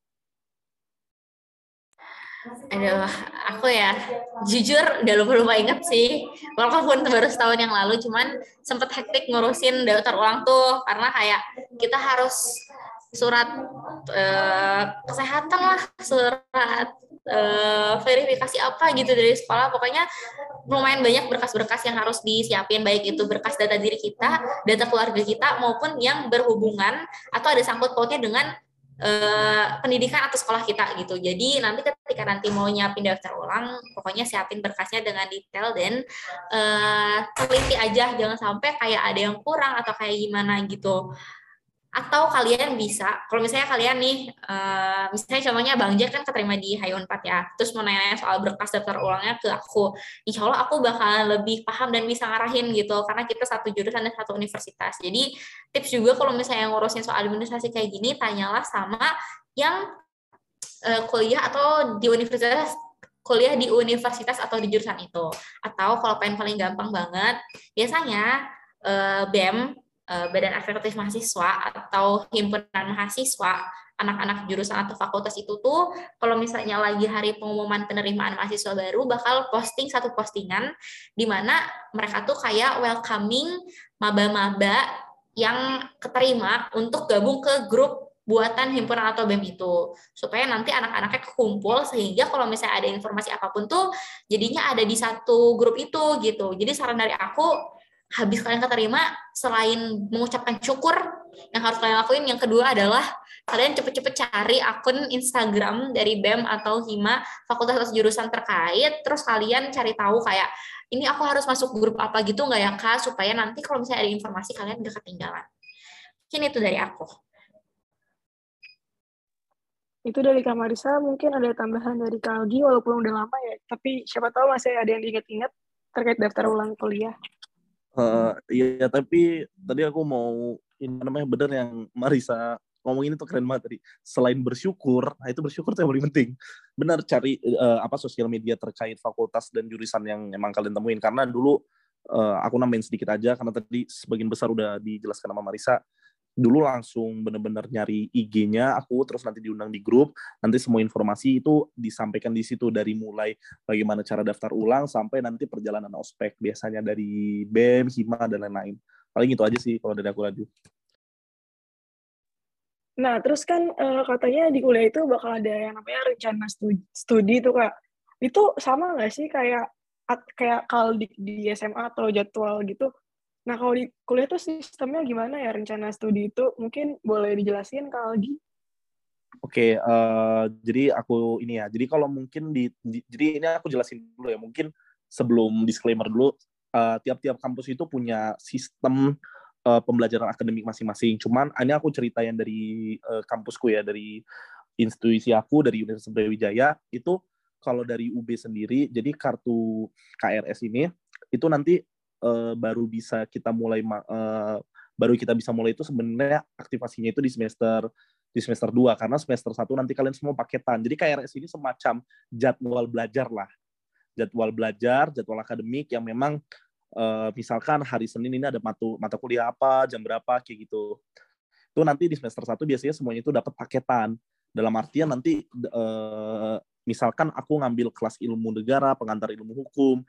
Aduh, aku ya jujur udah lupa-lupa inget sih. Walaupun baru setahun yang lalu, cuman sempet hektik ngurusin daftar ulang tuh karena kayak kita harus surat eh, kesehatan lah, surat eh, verifikasi apa gitu dari sekolah. Pokoknya lumayan banyak berkas-berkas yang harus disiapin, baik itu berkas data diri kita, data keluarga kita, maupun yang berhubungan atau ada sangkut pautnya dengan Uh, pendidikan atau sekolah kita gitu. Jadi nanti ketika nanti mau nyiapin daftar ulang, pokoknya siapin berkasnya dengan detail dan uh, teliti aja, jangan sampai kayak ada yang kurang atau kayak gimana gitu. Atau kalian bisa, kalau misalnya kalian nih, uh, misalnya contohnya Bang Jack kan keterima di H I U Unpad ya, terus mau nanya soal berkas daftar ulangnya ke aku, insya Allah aku bakalan lebih paham dan bisa ngarahin gitu, karena kita satu jurusan dan satu universitas. Jadi tips juga kalau misalnya ngurusin soal administrasi kayak gini, tanyalah sama yang uh, kuliah atau di universitas, kuliah di universitas atau di jurusan itu. Atau kalau pengen paling gampang banget, biasanya uh, B E M, Badan Eksekutif Mahasiswa atau himpunan mahasiswa, anak-anak jurusan atau fakultas itu tuh kalau misalnya lagi hari pengumuman penerimaan mahasiswa baru bakal posting satu postingan di mana mereka tuh kayak welcoming maba-maba yang keterima untuk gabung ke grup buatan himpunan atau B E M itu, supaya nanti anak-anaknya kekumpul sehingga kalau misalnya ada informasi apapun tuh jadinya ada di satu grup itu gitu. Jadi saran dari aku, habis kalian keterima, selain mengucapkan syukur yang harus kalian lakuin, yang kedua adalah kalian cepet-cepet cari akun Instagram dari B E M atau Hima fakultas atau jurusan terkait, terus kalian cari tahu kayak ini aku harus masuk grup apa gitu nggak ya Kak, supaya nanti kalau misalnya ada informasi kalian nggak ketinggalan. Mungkin itu dari aku. Itu dari Kak Marisa, mungkin ada tambahan dari Kak Algi, walaupun udah lama ya, tapi siapa tahu masih ada yang diingat-ingat terkait daftar ulang kuliah. Uh, iya, tapi tadi aku mau ini namanya bener yang Marisa ngomongin itu keren banget tadi. Selain bersyukur, nah itu bersyukur itu yang paling penting. Benar, cari uh, apa sosial media terkait fakultas dan jurusan yang emang kalian temuin. Karena dulu uh, aku nambahin sedikit aja karena tadi sebagian besar udah dijelaskan sama Marisa. Dulu langsung bener-bener nyari I G-nya aku, terus nanti diundang di grup, nanti semua informasi itu disampaikan di situ, dari mulai bagaimana cara daftar ulang sampai nanti perjalanan ospek, biasanya dari B E M, Hima, dan lain-lain. Paling itu aja sih kalau dari aku lagi. Nah, terus kan uh, katanya di kuliah itu bakal ada yang namanya rencana studi, studi itu Kak. Itu sama nggak sih kayak kayak kaldik di S M A atau jadwal gitu? Nah, kalau di kuliah tuh sistemnya gimana ya rencana studi itu? Mungkin boleh dijelasin, Kak Algi? Oke, uh, jadi aku ini ya. Jadi kalau mungkin di, di, jadi ini aku jelasin dulu ya. Mungkin sebelum disclaimer dulu, uh, tiap-tiap kampus itu punya sistem uh, pembelajaran akademik masing-masing. Cuman ini aku ceritain dari uh, kampusku ya, dari institusi aku, dari Universitas Brawijaya. Itu kalau dari U B sendiri, jadi kartu K R S ini, itu nanti Uh, baru bisa kita mulai uh, baru kita bisa mulai itu sebenarnya aktivasinya itu di semester di semester dua, karena semester satu nanti kalian semua paketan. Jadi K R S ini semacam jadwal belajar lah. Jadwal belajar, jadwal akademik yang memang uh, misalkan hari Senin ini ada mata mata kuliah apa, jam berapa kayak gitu. Itu nanti di semester satu biasanya semuanya itu dapat paketan. Dalam artian nanti uh, misalkan aku ngambil kelas ilmu negara, pengantar ilmu hukum,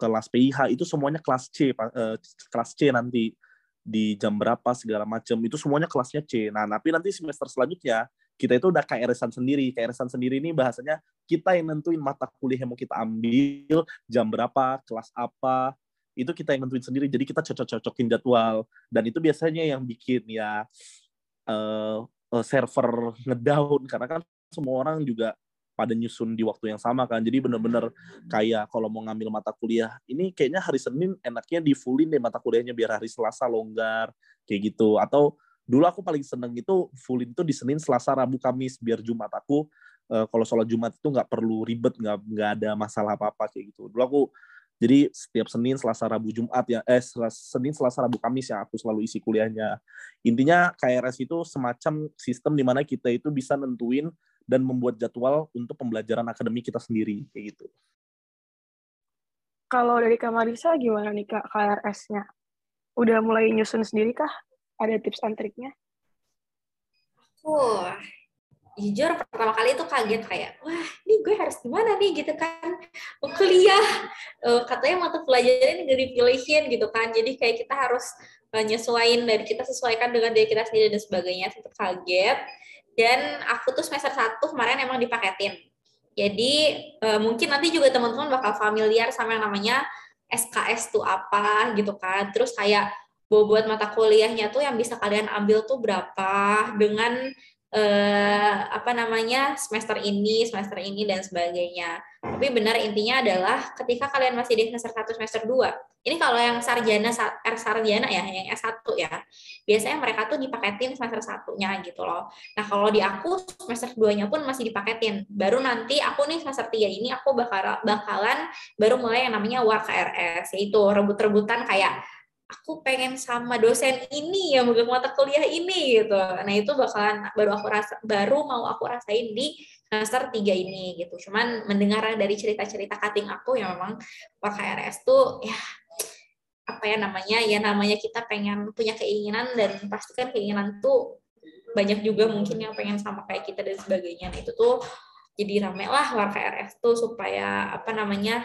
kelas P I H itu semuanya kelas C, uh, kelas C nanti di jam berapa segala macam itu semuanya kelasnya C. Nah, tapi nanti semester selanjutnya kita itu udah K R S-an sendiri. K R S-an sendiri ini bahasanya kita yang nentuin mata kuliah yang mau kita ambil, jam berapa, kelas apa, itu kita yang nentuin sendiri. Jadi kita cocok-cocokin jadwal. Dan itu biasanya yang bikin ya uh, uh, server ngedown karena kan semua orang juga pada nyusun di waktu yang sama kan. Jadi benar-benar kayak kalau mau ngambil mata kuliah, ini kayaknya hari Senin enaknya di fullin deh mata kuliahnya biar hari Selasa longgar, kayak gitu. Atau dulu aku paling seneng itu fullin itu di Senin, Selasa, Rabu, Kamis, biar Jumat aku, uh, kalau sholat Jumat itu nggak perlu ribet, nggak nggak ada masalah apa-apa kayak gitu. Dulu aku, jadi setiap Senin, Selasa, Rabu, Jumat ya, eh Senin, Selasa, Rabu, Kamis yang aku selalu isi kuliahnya. Intinya K R S itu semacam sistem di mana kita itu bisa nentuin dan membuat jadwal untuk pembelajaran akademik kita sendiri, kayak gitu. Kalau dari Kak Marisa gimana nih Kak K R S-nya? Udah mulai nyusun sendiri kah? Ada tips and triknya? Wah, jujur pertama kali itu kaget kayak, wah ini gue harus gimana nih gitu kan, mau kuliah, uh, katanya mata pelajaran nggak dipilihin gitu kan, jadi kayak kita harus uh, nyesuaiin dari kita sesuaikan dengan diri kita sendiri dan sebagainya, tetap kaget. Dan aku tuh semester satu kemarin emang dipaketin. Jadi uh, mungkin nanti juga teman-teman bakal familiar sama yang namanya S K S tuh apa gitu kan. Terus kayak bobot mata kuliahnya tuh yang bisa kalian ambil tuh berapa dengan eh, apa namanya semester ini, semester ini dan sebagainya. Tapi benar intinya adalah ketika kalian masih di semester satu, semester dua, ini kalau yang sarjana er, sarjana ya, yang S satu ya, biasanya mereka tuh dipaketin semester satunya gitu loh. Nah, kalau di aku semester dua-nya pun masih dipaketin. Baru nanti aku nih semester tiga ini aku bakal bakalan baru mulai yang namanya W A R K R S, yaitu rebut-rebutan kayak aku pengen sama dosen ini yang megang mata kuliah ini gitu. Nah, itu bakalan baru aku rasa baru mau aku rasain di semester tiga ini gitu. Cuman mendengar dari cerita-cerita cutting aku yang memang W A R K R S tuh ya apa ya namanya? Ya namanya kita pengen punya keinginan dan pastikan keinginan tuh banyak juga mungkin yang pengen sama kayak kita dan sebagainya. Nah, itu tuh jadi rame lah W A R K R S tuh supaya apa namanya?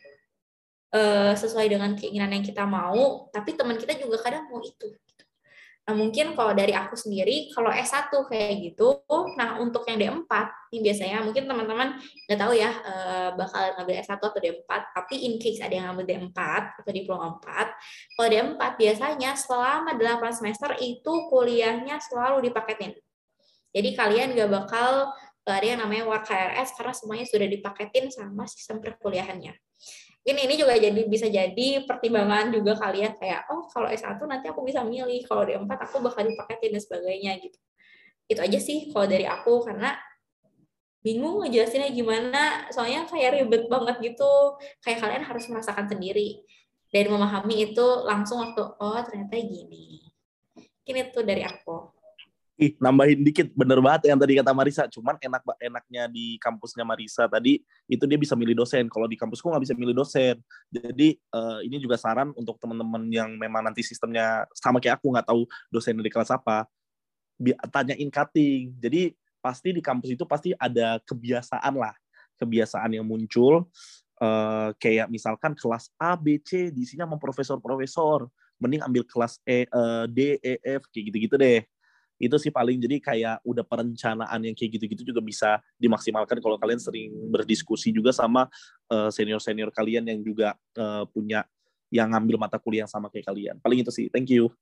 sesuai dengan keinginan yang kita mau, tapi teman kita juga kadang mau itu. Nah, mungkin kalau dari aku sendiri, kalau S satu kayak gitu, nah untuk yang D empat, ini biasanya mungkin teman-teman nggak tahu ya, bakal ngambil S satu atau D empat, tapi in case ada yang ngambil D empat atau diploma empat, kalau D empat biasanya selama delapan semester itu kuliahnya selalu dipaketin. Jadi kalian nggak bakal ada yang namanya W A R K R S karena semuanya sudah dipaketin sama sistem perkuliahannya. Mungkin ini juga jadi bisa jadi pertimbangan juga kalian kayak, oh kalau S satu nanti aku bisa milih, kalau D empat aku bakal dipaketin dan sebagainya gitu. Itu aja sih kalau dari aku, karena bingung ngejelasinnya gimana, soalnya kayak ribet banget gitu, kayak kalian harus merasakan sendiri. Dan memahami itu langsung waktu, oh ternyata gini. Mungkin itu dari aku. Ih, nambahin dikit, bener banget yang tadi kata Marisa. Cuman enak enaknya di kampusnya Marisa tadi, itu dia bisa milih dosen. Kalau di kampusku nggak bisa milih dosen. Jadi uh, ini juga saran untuk teman-teman yang memang nanti sistemnya sama kayak aku, nggak tahu dosen dari kelas apa, tanyain cutting. Jadi pasti di kampus itu pasti ada kebiasaan lah, kebiasaan yang muncul. Uh, kayak misalkan kelas A, B, C diisinya sama profesor-profesor. Mending ambil kelas E, uh, D, E, F, kayak gitu-gitu deh. Itu sih paling, jadi kayak udah perencanaan yang kayak gitu-gitu juga bisa dimaksimalkan kalau kalian sering berdiskusi juga sama uh, senior-senior kalian yang juga uh, punya yang ngambil mata kuliah yang sama kayak kalian. Paling itu sih, thank you.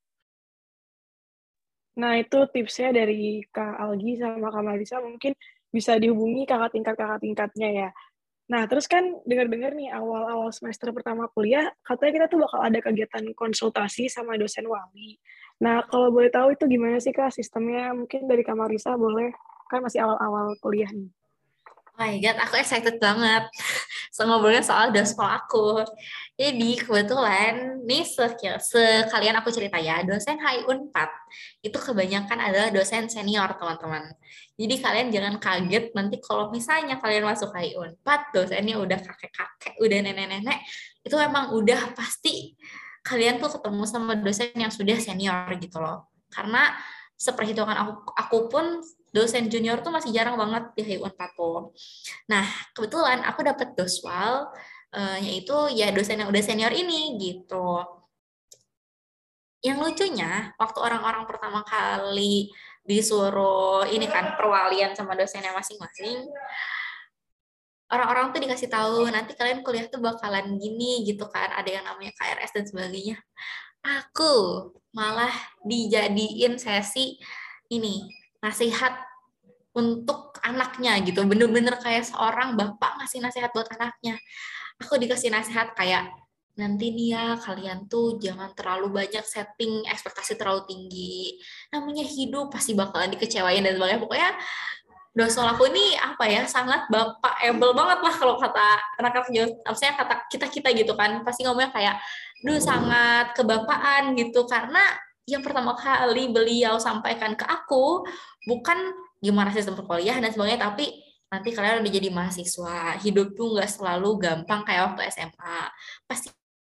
Nah, itu tipsnya dari Kak Algi sama Kak Marisa, mungkin bisa dihubungi kakak tingkat-kakak tingkatnya ya. Nah, terus kan dengar-dengar nih awal-awal semester pertama kuliah, katanya kita tuh bakal ada kegiatan konsultasi sama dosen wali. Nah, kalau boleh tahu itu gimana sih Kak sistemnya? Mungkin dari Kak Marisa boleh, kan masih awal-awal kuliah nih. Oh my God, aku excited banget so, ngobrolnya soal dospol aku. Jadi kebetulan nih sekalian aku cerita ya, dosen H I Unpad itu kebanyakan adalah dosen senior teman-teman. Jadi kalian jangan kaget nanti kalau misalnya kalian masuk H I Unpad, dosennya udah kakek-kakek, udah nenek-nenek, itu emang udah pasti kalian tuh ketemu sama dosen yang sudah senior gitu loh. Karena seperhitungan aku, aku pun dosen junior tuh masih jarang banget di H I Unpad tuh. Nah, kebetulan aku dapat doswal uh, yaitu ya dosen yang udah senior ini gitu. Yang lucunya, waktu orang-orang pertama kali disuruh ini kan perwalian sama dosennya masing-masing, orang-orang tuh dikasih tahu nanti kalian kuliah tuh bakalan gini gitu kan, ada yang namanya K R S dan sebagainya. Aku malah dijadiin sesi ini nasihat untuk anaknya gitu, bener-bener kayak seorang bapak ngasih nasihat buat anaknya. Aku dikasih nasihat kayak, nanti nih ya kalian tuh jangan terlalu banyak setting ekspektasi terlalu tinggi. Namanya hidup pasti bakalan dikecewain dan sebagainya. Pokoknya dosen aku ini apa ya, sangat bapak-able banget lah kalau kata anak-anak, maksudnya kata kita-kita gitu kan. Pasti ngomongnya kayak, duh sangat kebapaan gitu. Karena yang pertama kali beliau sampaikan ke aku, bukan gimana sistem perkuliahan dan sebagainya, tapi nanti kalian udah jadi mahasiswa, hidup tuh nggak selalu gampang kayak waktu S M A. Pasti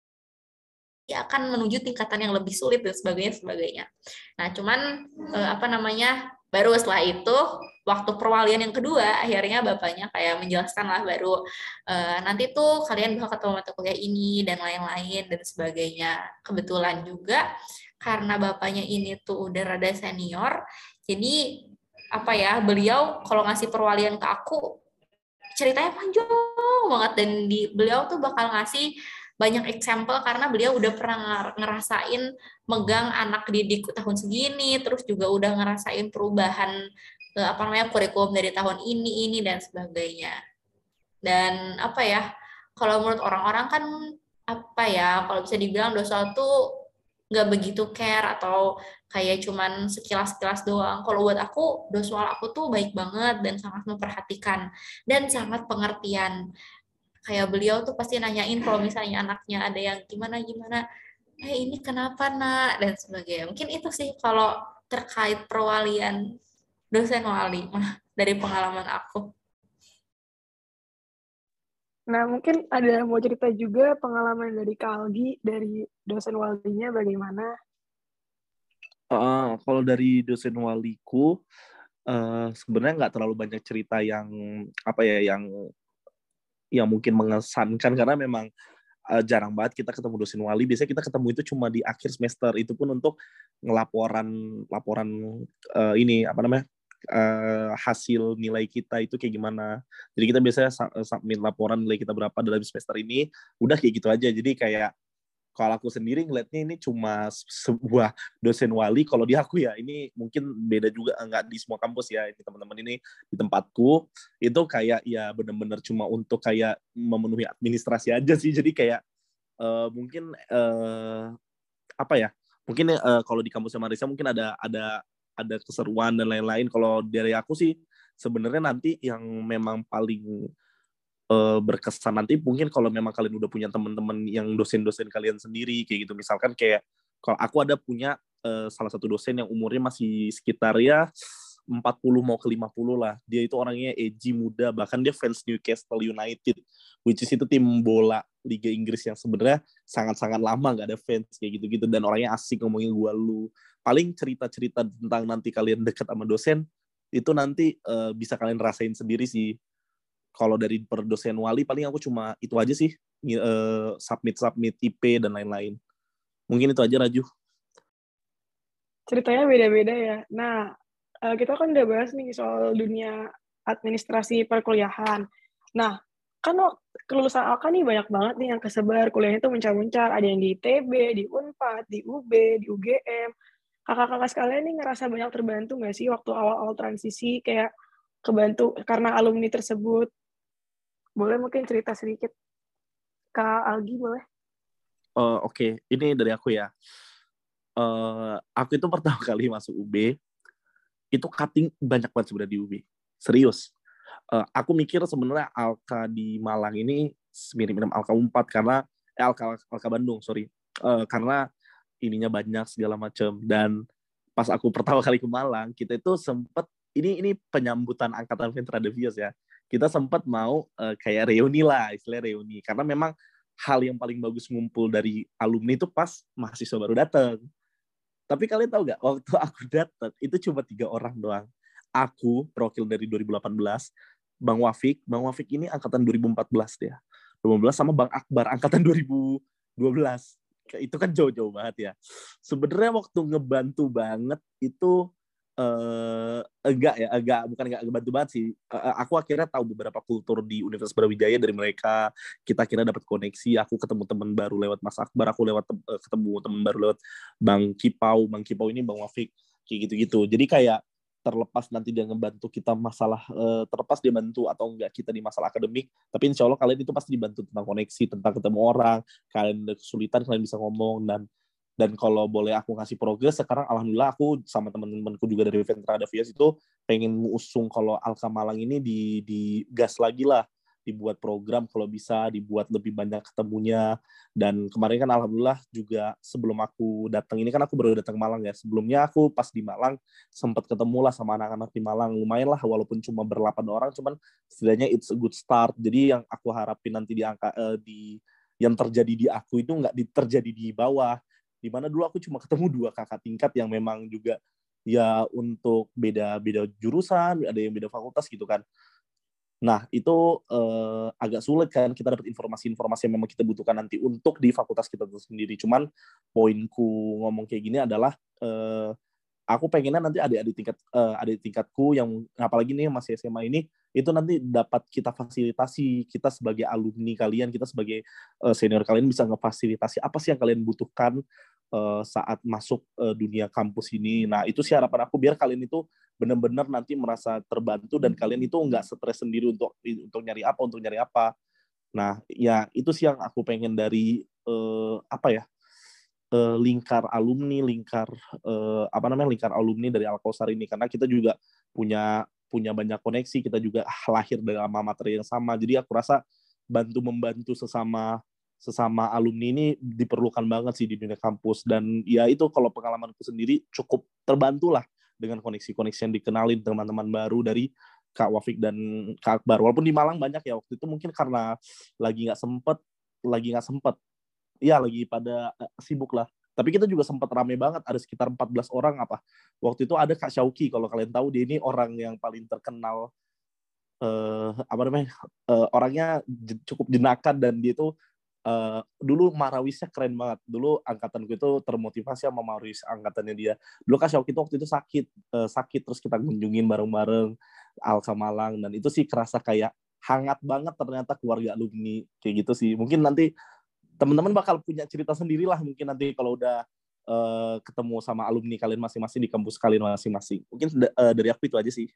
akan menuju tingkatan yang lebih sulit dan sebagainya sebagainya. Nah, cuman eh, apa namanya? Baru setelah itu waktu perwalian yang kedua akhirnya bapaknya kayak menjelaskan lah baru eh, nanti tuh kalian bakal ketemu mata kuliah ini dan lain-lain dan sebagainya. Kebetulan juga karena bapaknya ini tuh udah rada senior, jadi apa ya, beliau kalau ngasih perwalian ke aku ceritanya panjang banget dan di beliau tuh bakal ngasih banyak example karena beliau udah pernah ngerasain megang anak didik tahun segini, terus juga udah ngerasain perubahan eh, apa namanya kurikulum dari tahun ini ini dan sebagainya. Dan apa ya, kalau menurut orang-orang kan apa ya, kalau bisa dibilang dosen tuh nggak begitu care atau kayak cuman sekilas-sekilas doang. Kalau buat aku, dosen aku tuh baik banget dan sangat memperhatikan dan sangat pengertian. Kayak beliau tuh pasti nanyain kalau misalnya anaknya ada yang gimana-gimana, eh ini kenapa nak, dan sebagainya. Mungkin itu sih kalau terkait perwalian dosen wali dari pengalaman aku. Nah, mungkin ada mau cerita juga pengalaman dari Kak Algi, dari dosen walinya bagaimana? Uh, kalau dari dosen waliku, uh, sebenarnya nggak terlalu banyak cerita yang apa ya, yang yang mungkin mengesankan karena memang uh, jarang banget kita ketemu dosen wali. Biasanya kita ketemu itu cuma di akhir semester, itu pun untuk ngelaporan laporan uh, ini apa namanya uh, hasil nilai kita itu kayak gimana. Jadi kita biasanya submit laporan nilai kita berapa dalam semester ini, udah kayak gitu aja. Jadi kayak kalau aku sendiri ngeliatnya ini cuma sebuah dosen wali. Kalau di aku ya ini mungkin beda juga, nggak di semua kampus ya. Ini teman-teman ini di tempatku itu kayak ya benar-benar cuma untuk kayak memenuhi administrasi aja sih. Jadi kayak uh, mungkin uh, apa ya? Mungkin uh, kalau di kampusnya Marisa mungkin ada ada ada keseruan dan lain-lain. Kalau dari aku sih sebenarnya nanti yang memang paling berkesan nanti mungkin kalau memang kalian udah punya teman-teman yang dosen-dosen kalian sendiri kayak gitu. Misalkan kayak kalau aku ada punya uh, salah satu dosen yang umurnya masih sekitar ya empat puluh mau ke lima puluh lah. Dia itu orangnya edgy, muda, bahkan dia fans Newcastle United, which is itu tim bola Liga Inggris yang sebenarnya sangat-sangat lama gak ada fans kayak gitu-gitu, dan orangnya asik ngomongin gua lu. Paling cerita-cerita tentang nanti kalian deket sama dosen itu nanti uh, bisa kalian rasain sendiri sih. Kalau dari per dosen wali paling aku cuma itu aja sih, uh, submit-submit I P dan lain-lain. Mungkin itu aja, Raju. Ceritanya beda-beda ya. Nah, uh, kita kan udah bahas nih soal dunia administrasi perkuliahan. Nah, kan kelulusan Alka nih banyak banget nih yang kesebar, kuliahnya tuh mencar-mencar. Ada yang di I T B, di Unpad, di U B, di U G M. Kakak-kakak sekalian nih ngerasa banyak terbantu nggak sih waktu awal-awal transisi, kayak kebantu karena alumni tersebut? Boleh mungkin cerita sedikit, Kak Algi boleh? Uh, Oke, okay. Ini dari aku ya. Uh, aku itu pertama kali masuk U B, itu cutting banyak banget sebenarnya di U B. Serius. Uh, aku mikir sebenarnya Alka di Malang ini mirip-mirip Alka Unpad karena eh Alka Alka Bandung, sorry. Uh, karena ininya banyak segala macam. Dan pas aku pertama kali ke Malang, kita itu sempet ini ini penyambutan angkatan Ventra Devious ya. Kita sempat mau uh, kayak reuni lah, istilah reuni. Karena memang hal yang paling bagus ngumpul dari alumni itu pas mahasiswa baru datang. Tapi kalian tahu nggak, waktu aku datang, itu cuma tiga orang doang. Aku, perwakil dari dua ribu delapan belas, Bang Wafik. Bang Wafik ini angkatan dua ribu empat belas dia. dua ribu lima belas sama Bang Akbar angkatan dua ribu dua belas. Itu kan jauh-jauh banget ya. Sebenarnya waktu ngebantu banget itu eh, enggak ya, enggak bukan enggak ngebantu banget sih. Eh, aku akhirnya tahu beberapa kultur di Universitas Brawijaya dari mereka. Kita akhirnya dapat koneksi. Aku ketemu teman baru lewat Mas Akbar. Aku lewat eh, ketemu teman baru lewat Bang Kipau. Bang Kipau ini Bang Wafik. Kayak gitu-gitu. Jadi kayak terlepas nanti dia ngebantu kita masalah uh, terlepas dia bantu atau enggak kita di masalah akademik, tapi insya Allah kalian itu pasti dibantu tentang koneksi, tentang ketemu orang, kalian ada kesulitan kalian bisa ngomong. dan dan kalau boleh aku ngasih progres sekarang, alhamdulillah aku sama teman-temanku juga dari Ventra Davies itu pengen ngusung kalau Alka Malang ini di di gas lagi lah, dibuat program kalau bisa, dibuat lebih banyak ketemunya. Dan kemarin kan alhamdulillah juga sebelum aku datang ini kan aku baru datang Malang ya. Sebelumnya aku pas di Malang sempat ketemu lah sama anak-anak di Malang. Lumayan lah walaupun cuma berlapan orang, cuman setidaknya it's a good start. Jadi yang aku harapin nanti di angka eh, di yang terjadi di aku itu nggak di, terjadi di bawah. Dimana dulu aku cuma ketemu dua kakak tingkat yang memang juga ya untuk beda-beda jurusan, ada yang beda fakultas gitu kan. Nah, itu eh, agak sulit kan kita dapat informasi-informasi yang memang kita butuhkan nanti untuk di fakultas kita sendiri. Cuman poinku ngomong kayak gini adalah eh, aku pengennya nanti adik-adik tingkat eh, adik tingkatku yang apalagi nih masih S M A ini itu nanti dapat kita fasilitasi, kita sebagai alumni kalian, kita sebagai eh, senior kalian bisa ngefasilitasi apa sih yang kalian butuhkan eh, saat masuk eh, dunia kampus ini. Nah, itu sih harapan aku biar kalian itu benar-benar nanti merasa terbantu dan kalian itu nggak stres sendiri untuk untuk nyari apa untuk nyari apa. Nah, ya itu sih yang aku pengen dari eh, apa ya eh, lingkar alumni, lingkar eh, apa namanya lingkar alumni dari Alkausar ini, karena kita juga punya punya banyak koneksi, kita juga lahir dari alma mater yang sama. Jadi aku rasa bantu membantu sesama sesama alumni ini diperlukan banget sih di dunia kampus. Dan ya itu kalau pengalamanku sendiri cukup terbantu lah dengan koneksi-koneksi yang dikenalin teman-teman baru dari Kak Wafik dan Kak Akbar. Walaupun di Malang banyak ya, waktu itu mungkin karena lagi nggak sempet, lagi nggak sempet, ya lagi pada uh, sibuk lah. Tapi kita juga sempat rame banget, ada sekitar empat belas orang apa. Waktu itu ada Kak Syauki, kalau kalian tahu dia ini orang yang paling terkenal, uh, apa namanya, uh, orangnya j- cukup jenakan dan dia itu Uh, dulu Marawisnya keren banget. Dulu angkatanku itu termotivasi sama Marawis angkatannya dia. Dulu Kak Syauki itu waktu itu sakit, uh, sakit terus kita kunjungin bareng-bareng Alka Malang, dan itu sih kerasa kayak hangat banget ternyata keluarga alumni kayak gitu sih. Mungkin nanti teman-teman bakal punya cerita sendiri lah mungkin nanti kalau udah uh, ketemu sama alumni kalian masing-masing di kampus kalian masing-masing. Mungkin uh, dari aku itu aja sih.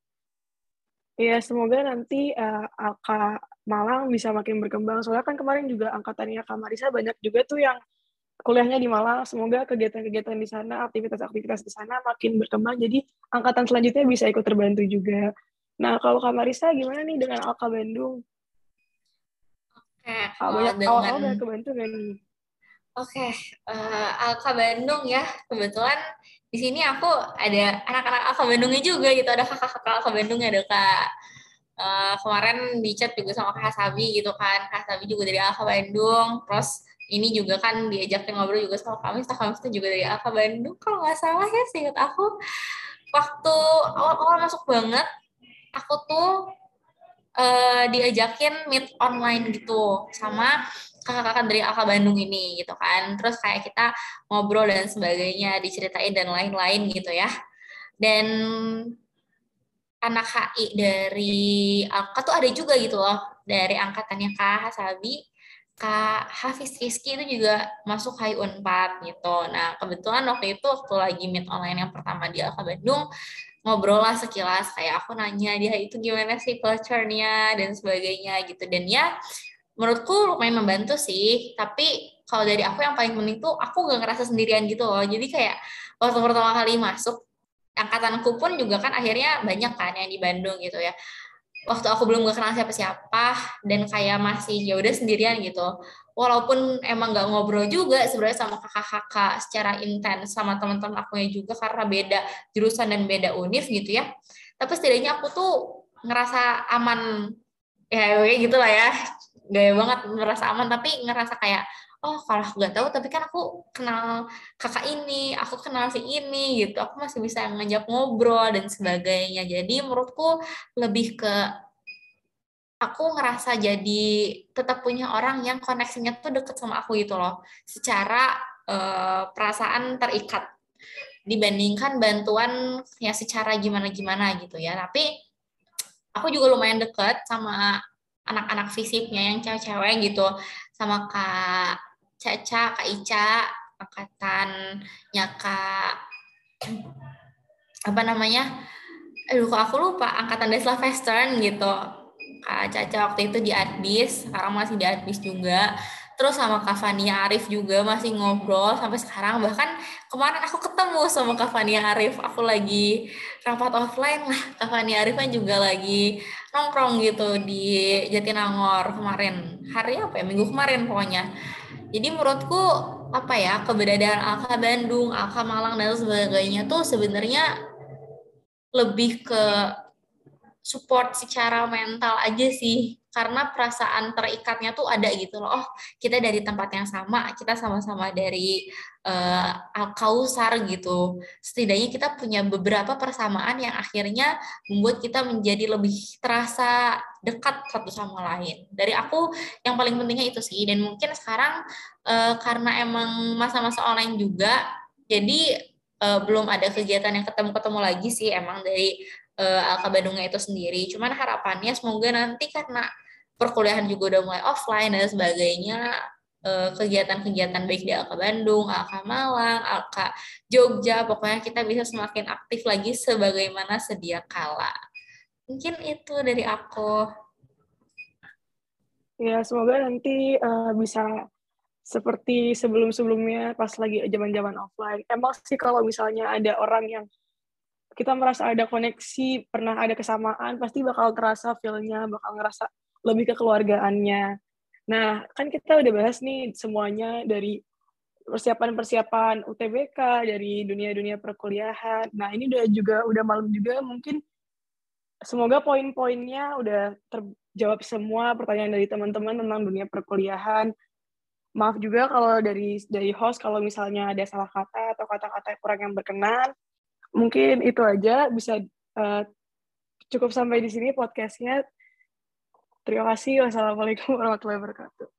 Ya, semoga nanti uh, Alka Malang bisa makin berkembang. Soalnya kan kemarin juga angkatannya Kak Marisa banyak juga tuh yang kuliahnya di Malang. Semoga kegiatan-kegiatan di sana, aktivitas-aktivitas di sana makin berkembang. Jadi angkatan selanjutnya bisa ikut terbantu juga. Nah, kalau Kak Marisa gimana nih dengan Alka Bandung? Oke, Ah, kalau banyak dengan awal-awal banyak kebantu nggak nih? Oke, eh, Alka Bandung ya. Kebetulan di sini aku ada anak-anak Alka Bandungnya juga gitu. Ada kakak-kakak Alka Bandungnya, ada Kak. eh, kemarin di chat juga sama Kak Hasabi gitu kan. Kak Hasabi juga dari Alka Bandung. Terus ini juga kan diajakin ngobrol juga sama kami. Kami itu juga dari Alka Bandung. Kalau nggak salah ya, seingat aku. Waktu awal-awal masuk banget, aku tuh eh, diajakin meet online gitu sama kakak-kakak dari Alka Bandung ini gitu kan. Terus kayak kita ngobrol dan sebagainya, diceritain dan lain-lain gitu ya. Dan anak H I dari Alka tuh ada juga gitu loh, dari angkatannya Kak Hasabi, Kak Hafiz Rizky itu juga masuk H I Unpad gitu. Nah, kebetulan waktu itu waktu lagi meet online yang pertama di Alka Bandung, ngobrol lah sekilas, kayak aku nanya dia itu gimana sih culture-nya dan sebagainya gitu. Dan ya menurutku lumayan membantu sih, tapi kalau dari aku yang paling penting tuh aku gak ngerasa sendirian gitu loh. Jadi kayak waktu pertama kali masuk, angkatanku pun juga kan akhirnya banyak kan yang di Bandung gitu ya. Waktu aku belum gak kenal siapa-siapa dan kayak masih ya udah sendirian gitu. Walaupun emang gak ngobrol juga sebenarnya sama kakak-kakak secara intens sama teman-teman aku juga karena beda jurusan dan beda univ gitu ya. Tapi setidaknya aku tuh ngerasa aman, ya kayak gitu lah ya. Gaya banget ngerasa aman, tapi ngerasa kayak oh kalau aku nggak tahu tapi kan aku kenal kakak ini, aku kenal si ini gitu, aku masih bisa ngajak ngobrol dan sebagainya. Jadi menurutku lebih ke aku ngerasa jadi tetap punya orang yang koneksinya tuh deket sama aku gitu loh, secara uh, perasaan terikat dibandingkan bantuan yang secara gimana-gimana gitu ya. Tapi aku juga lumayan deket sama anak-anak fisiknya yang cewek-cewek gitu, sama Kak Caca, Kak Ica, angkatannya Kak apa namanya, aduh kok aku lupa, angkatan Desla Western gitu. Kak Caca waktu itu di Adbis, sekarang masih di Adbis juga. Terus sama Kak Fania Arif juga masih ngobrol sampai sekarang. Bahkan kemarin aku ketemu sama Kak Fania Arif, aku lagi rapat offline lah. Kak Fania Arif kan juga lagi nongkrong gitu di Jatinangor kemarin. Hari apa ya? Minggu kemarin pokoknya. Jadi menurutku apa ya, keberadaan Alka Bandung, Alka Malang dan sebagainya tuh sebenarnya lebih ke support secara mental aja sih, karena perasaan terikatnya tuh ada gitu loh. Oh, kita dari tempat yang sama, kita sama-sama dari uh, Al-Kausar gitu. Setidaknya kita punya beberapa persamaan yang akhirnya membuat kita menjadi lebih terasa dekat satu sama lain. Dari aku yang paling pentingnya itu sih. Dan mungkin sekarang uh, karena emang masa-masa online juga, jadi uh, belum ada kegiatan yang ketemu-ketemu lagi sih emang dari uh, Alka Bandungnya itu sendiri. Cuman harapannya semoga nanti karena perkuliahan juga udah mulai offline dan sebagainya, uh, kegiatan-kegiatan baik di Alka Bandung, Alka Malang, Alka Jogja, pokoknya kita bisa semakin aktif lagi sebagaimana sedia kala. Mungkin itu dari aku. Ya, semoga nanti uh, bisa seperti sebelum-sebelumnya pas lagi zaman-zaman offline. Emang sih kalau misalnya ada orang yang kita merasa ada koneksi, pernah ada kesamaan, pasti bakal terasa feel-nya, bakal ngerasa lebih kekeluargaannya. Nah, kan kita udah bahas nih semuanya dari persiapan-persiapan U T B K, dari dunia-dunia perkuliahan. Nah, ini udah juga udah malam juga, mungkin semoga poin-poinnya udah terjawab semua pertanyaan dari teman-teman tentang dunia perkuliahan. Maaf juga kalau dari dari host kalau misalnya ada salah kata atau kata-kata kurang yang berkenan. Mungkin itu aja, bisa uh, cukup sampai di sini podcastnya. Terima kasih. Wassalamualaikum warahmatullahi wabarakatuh.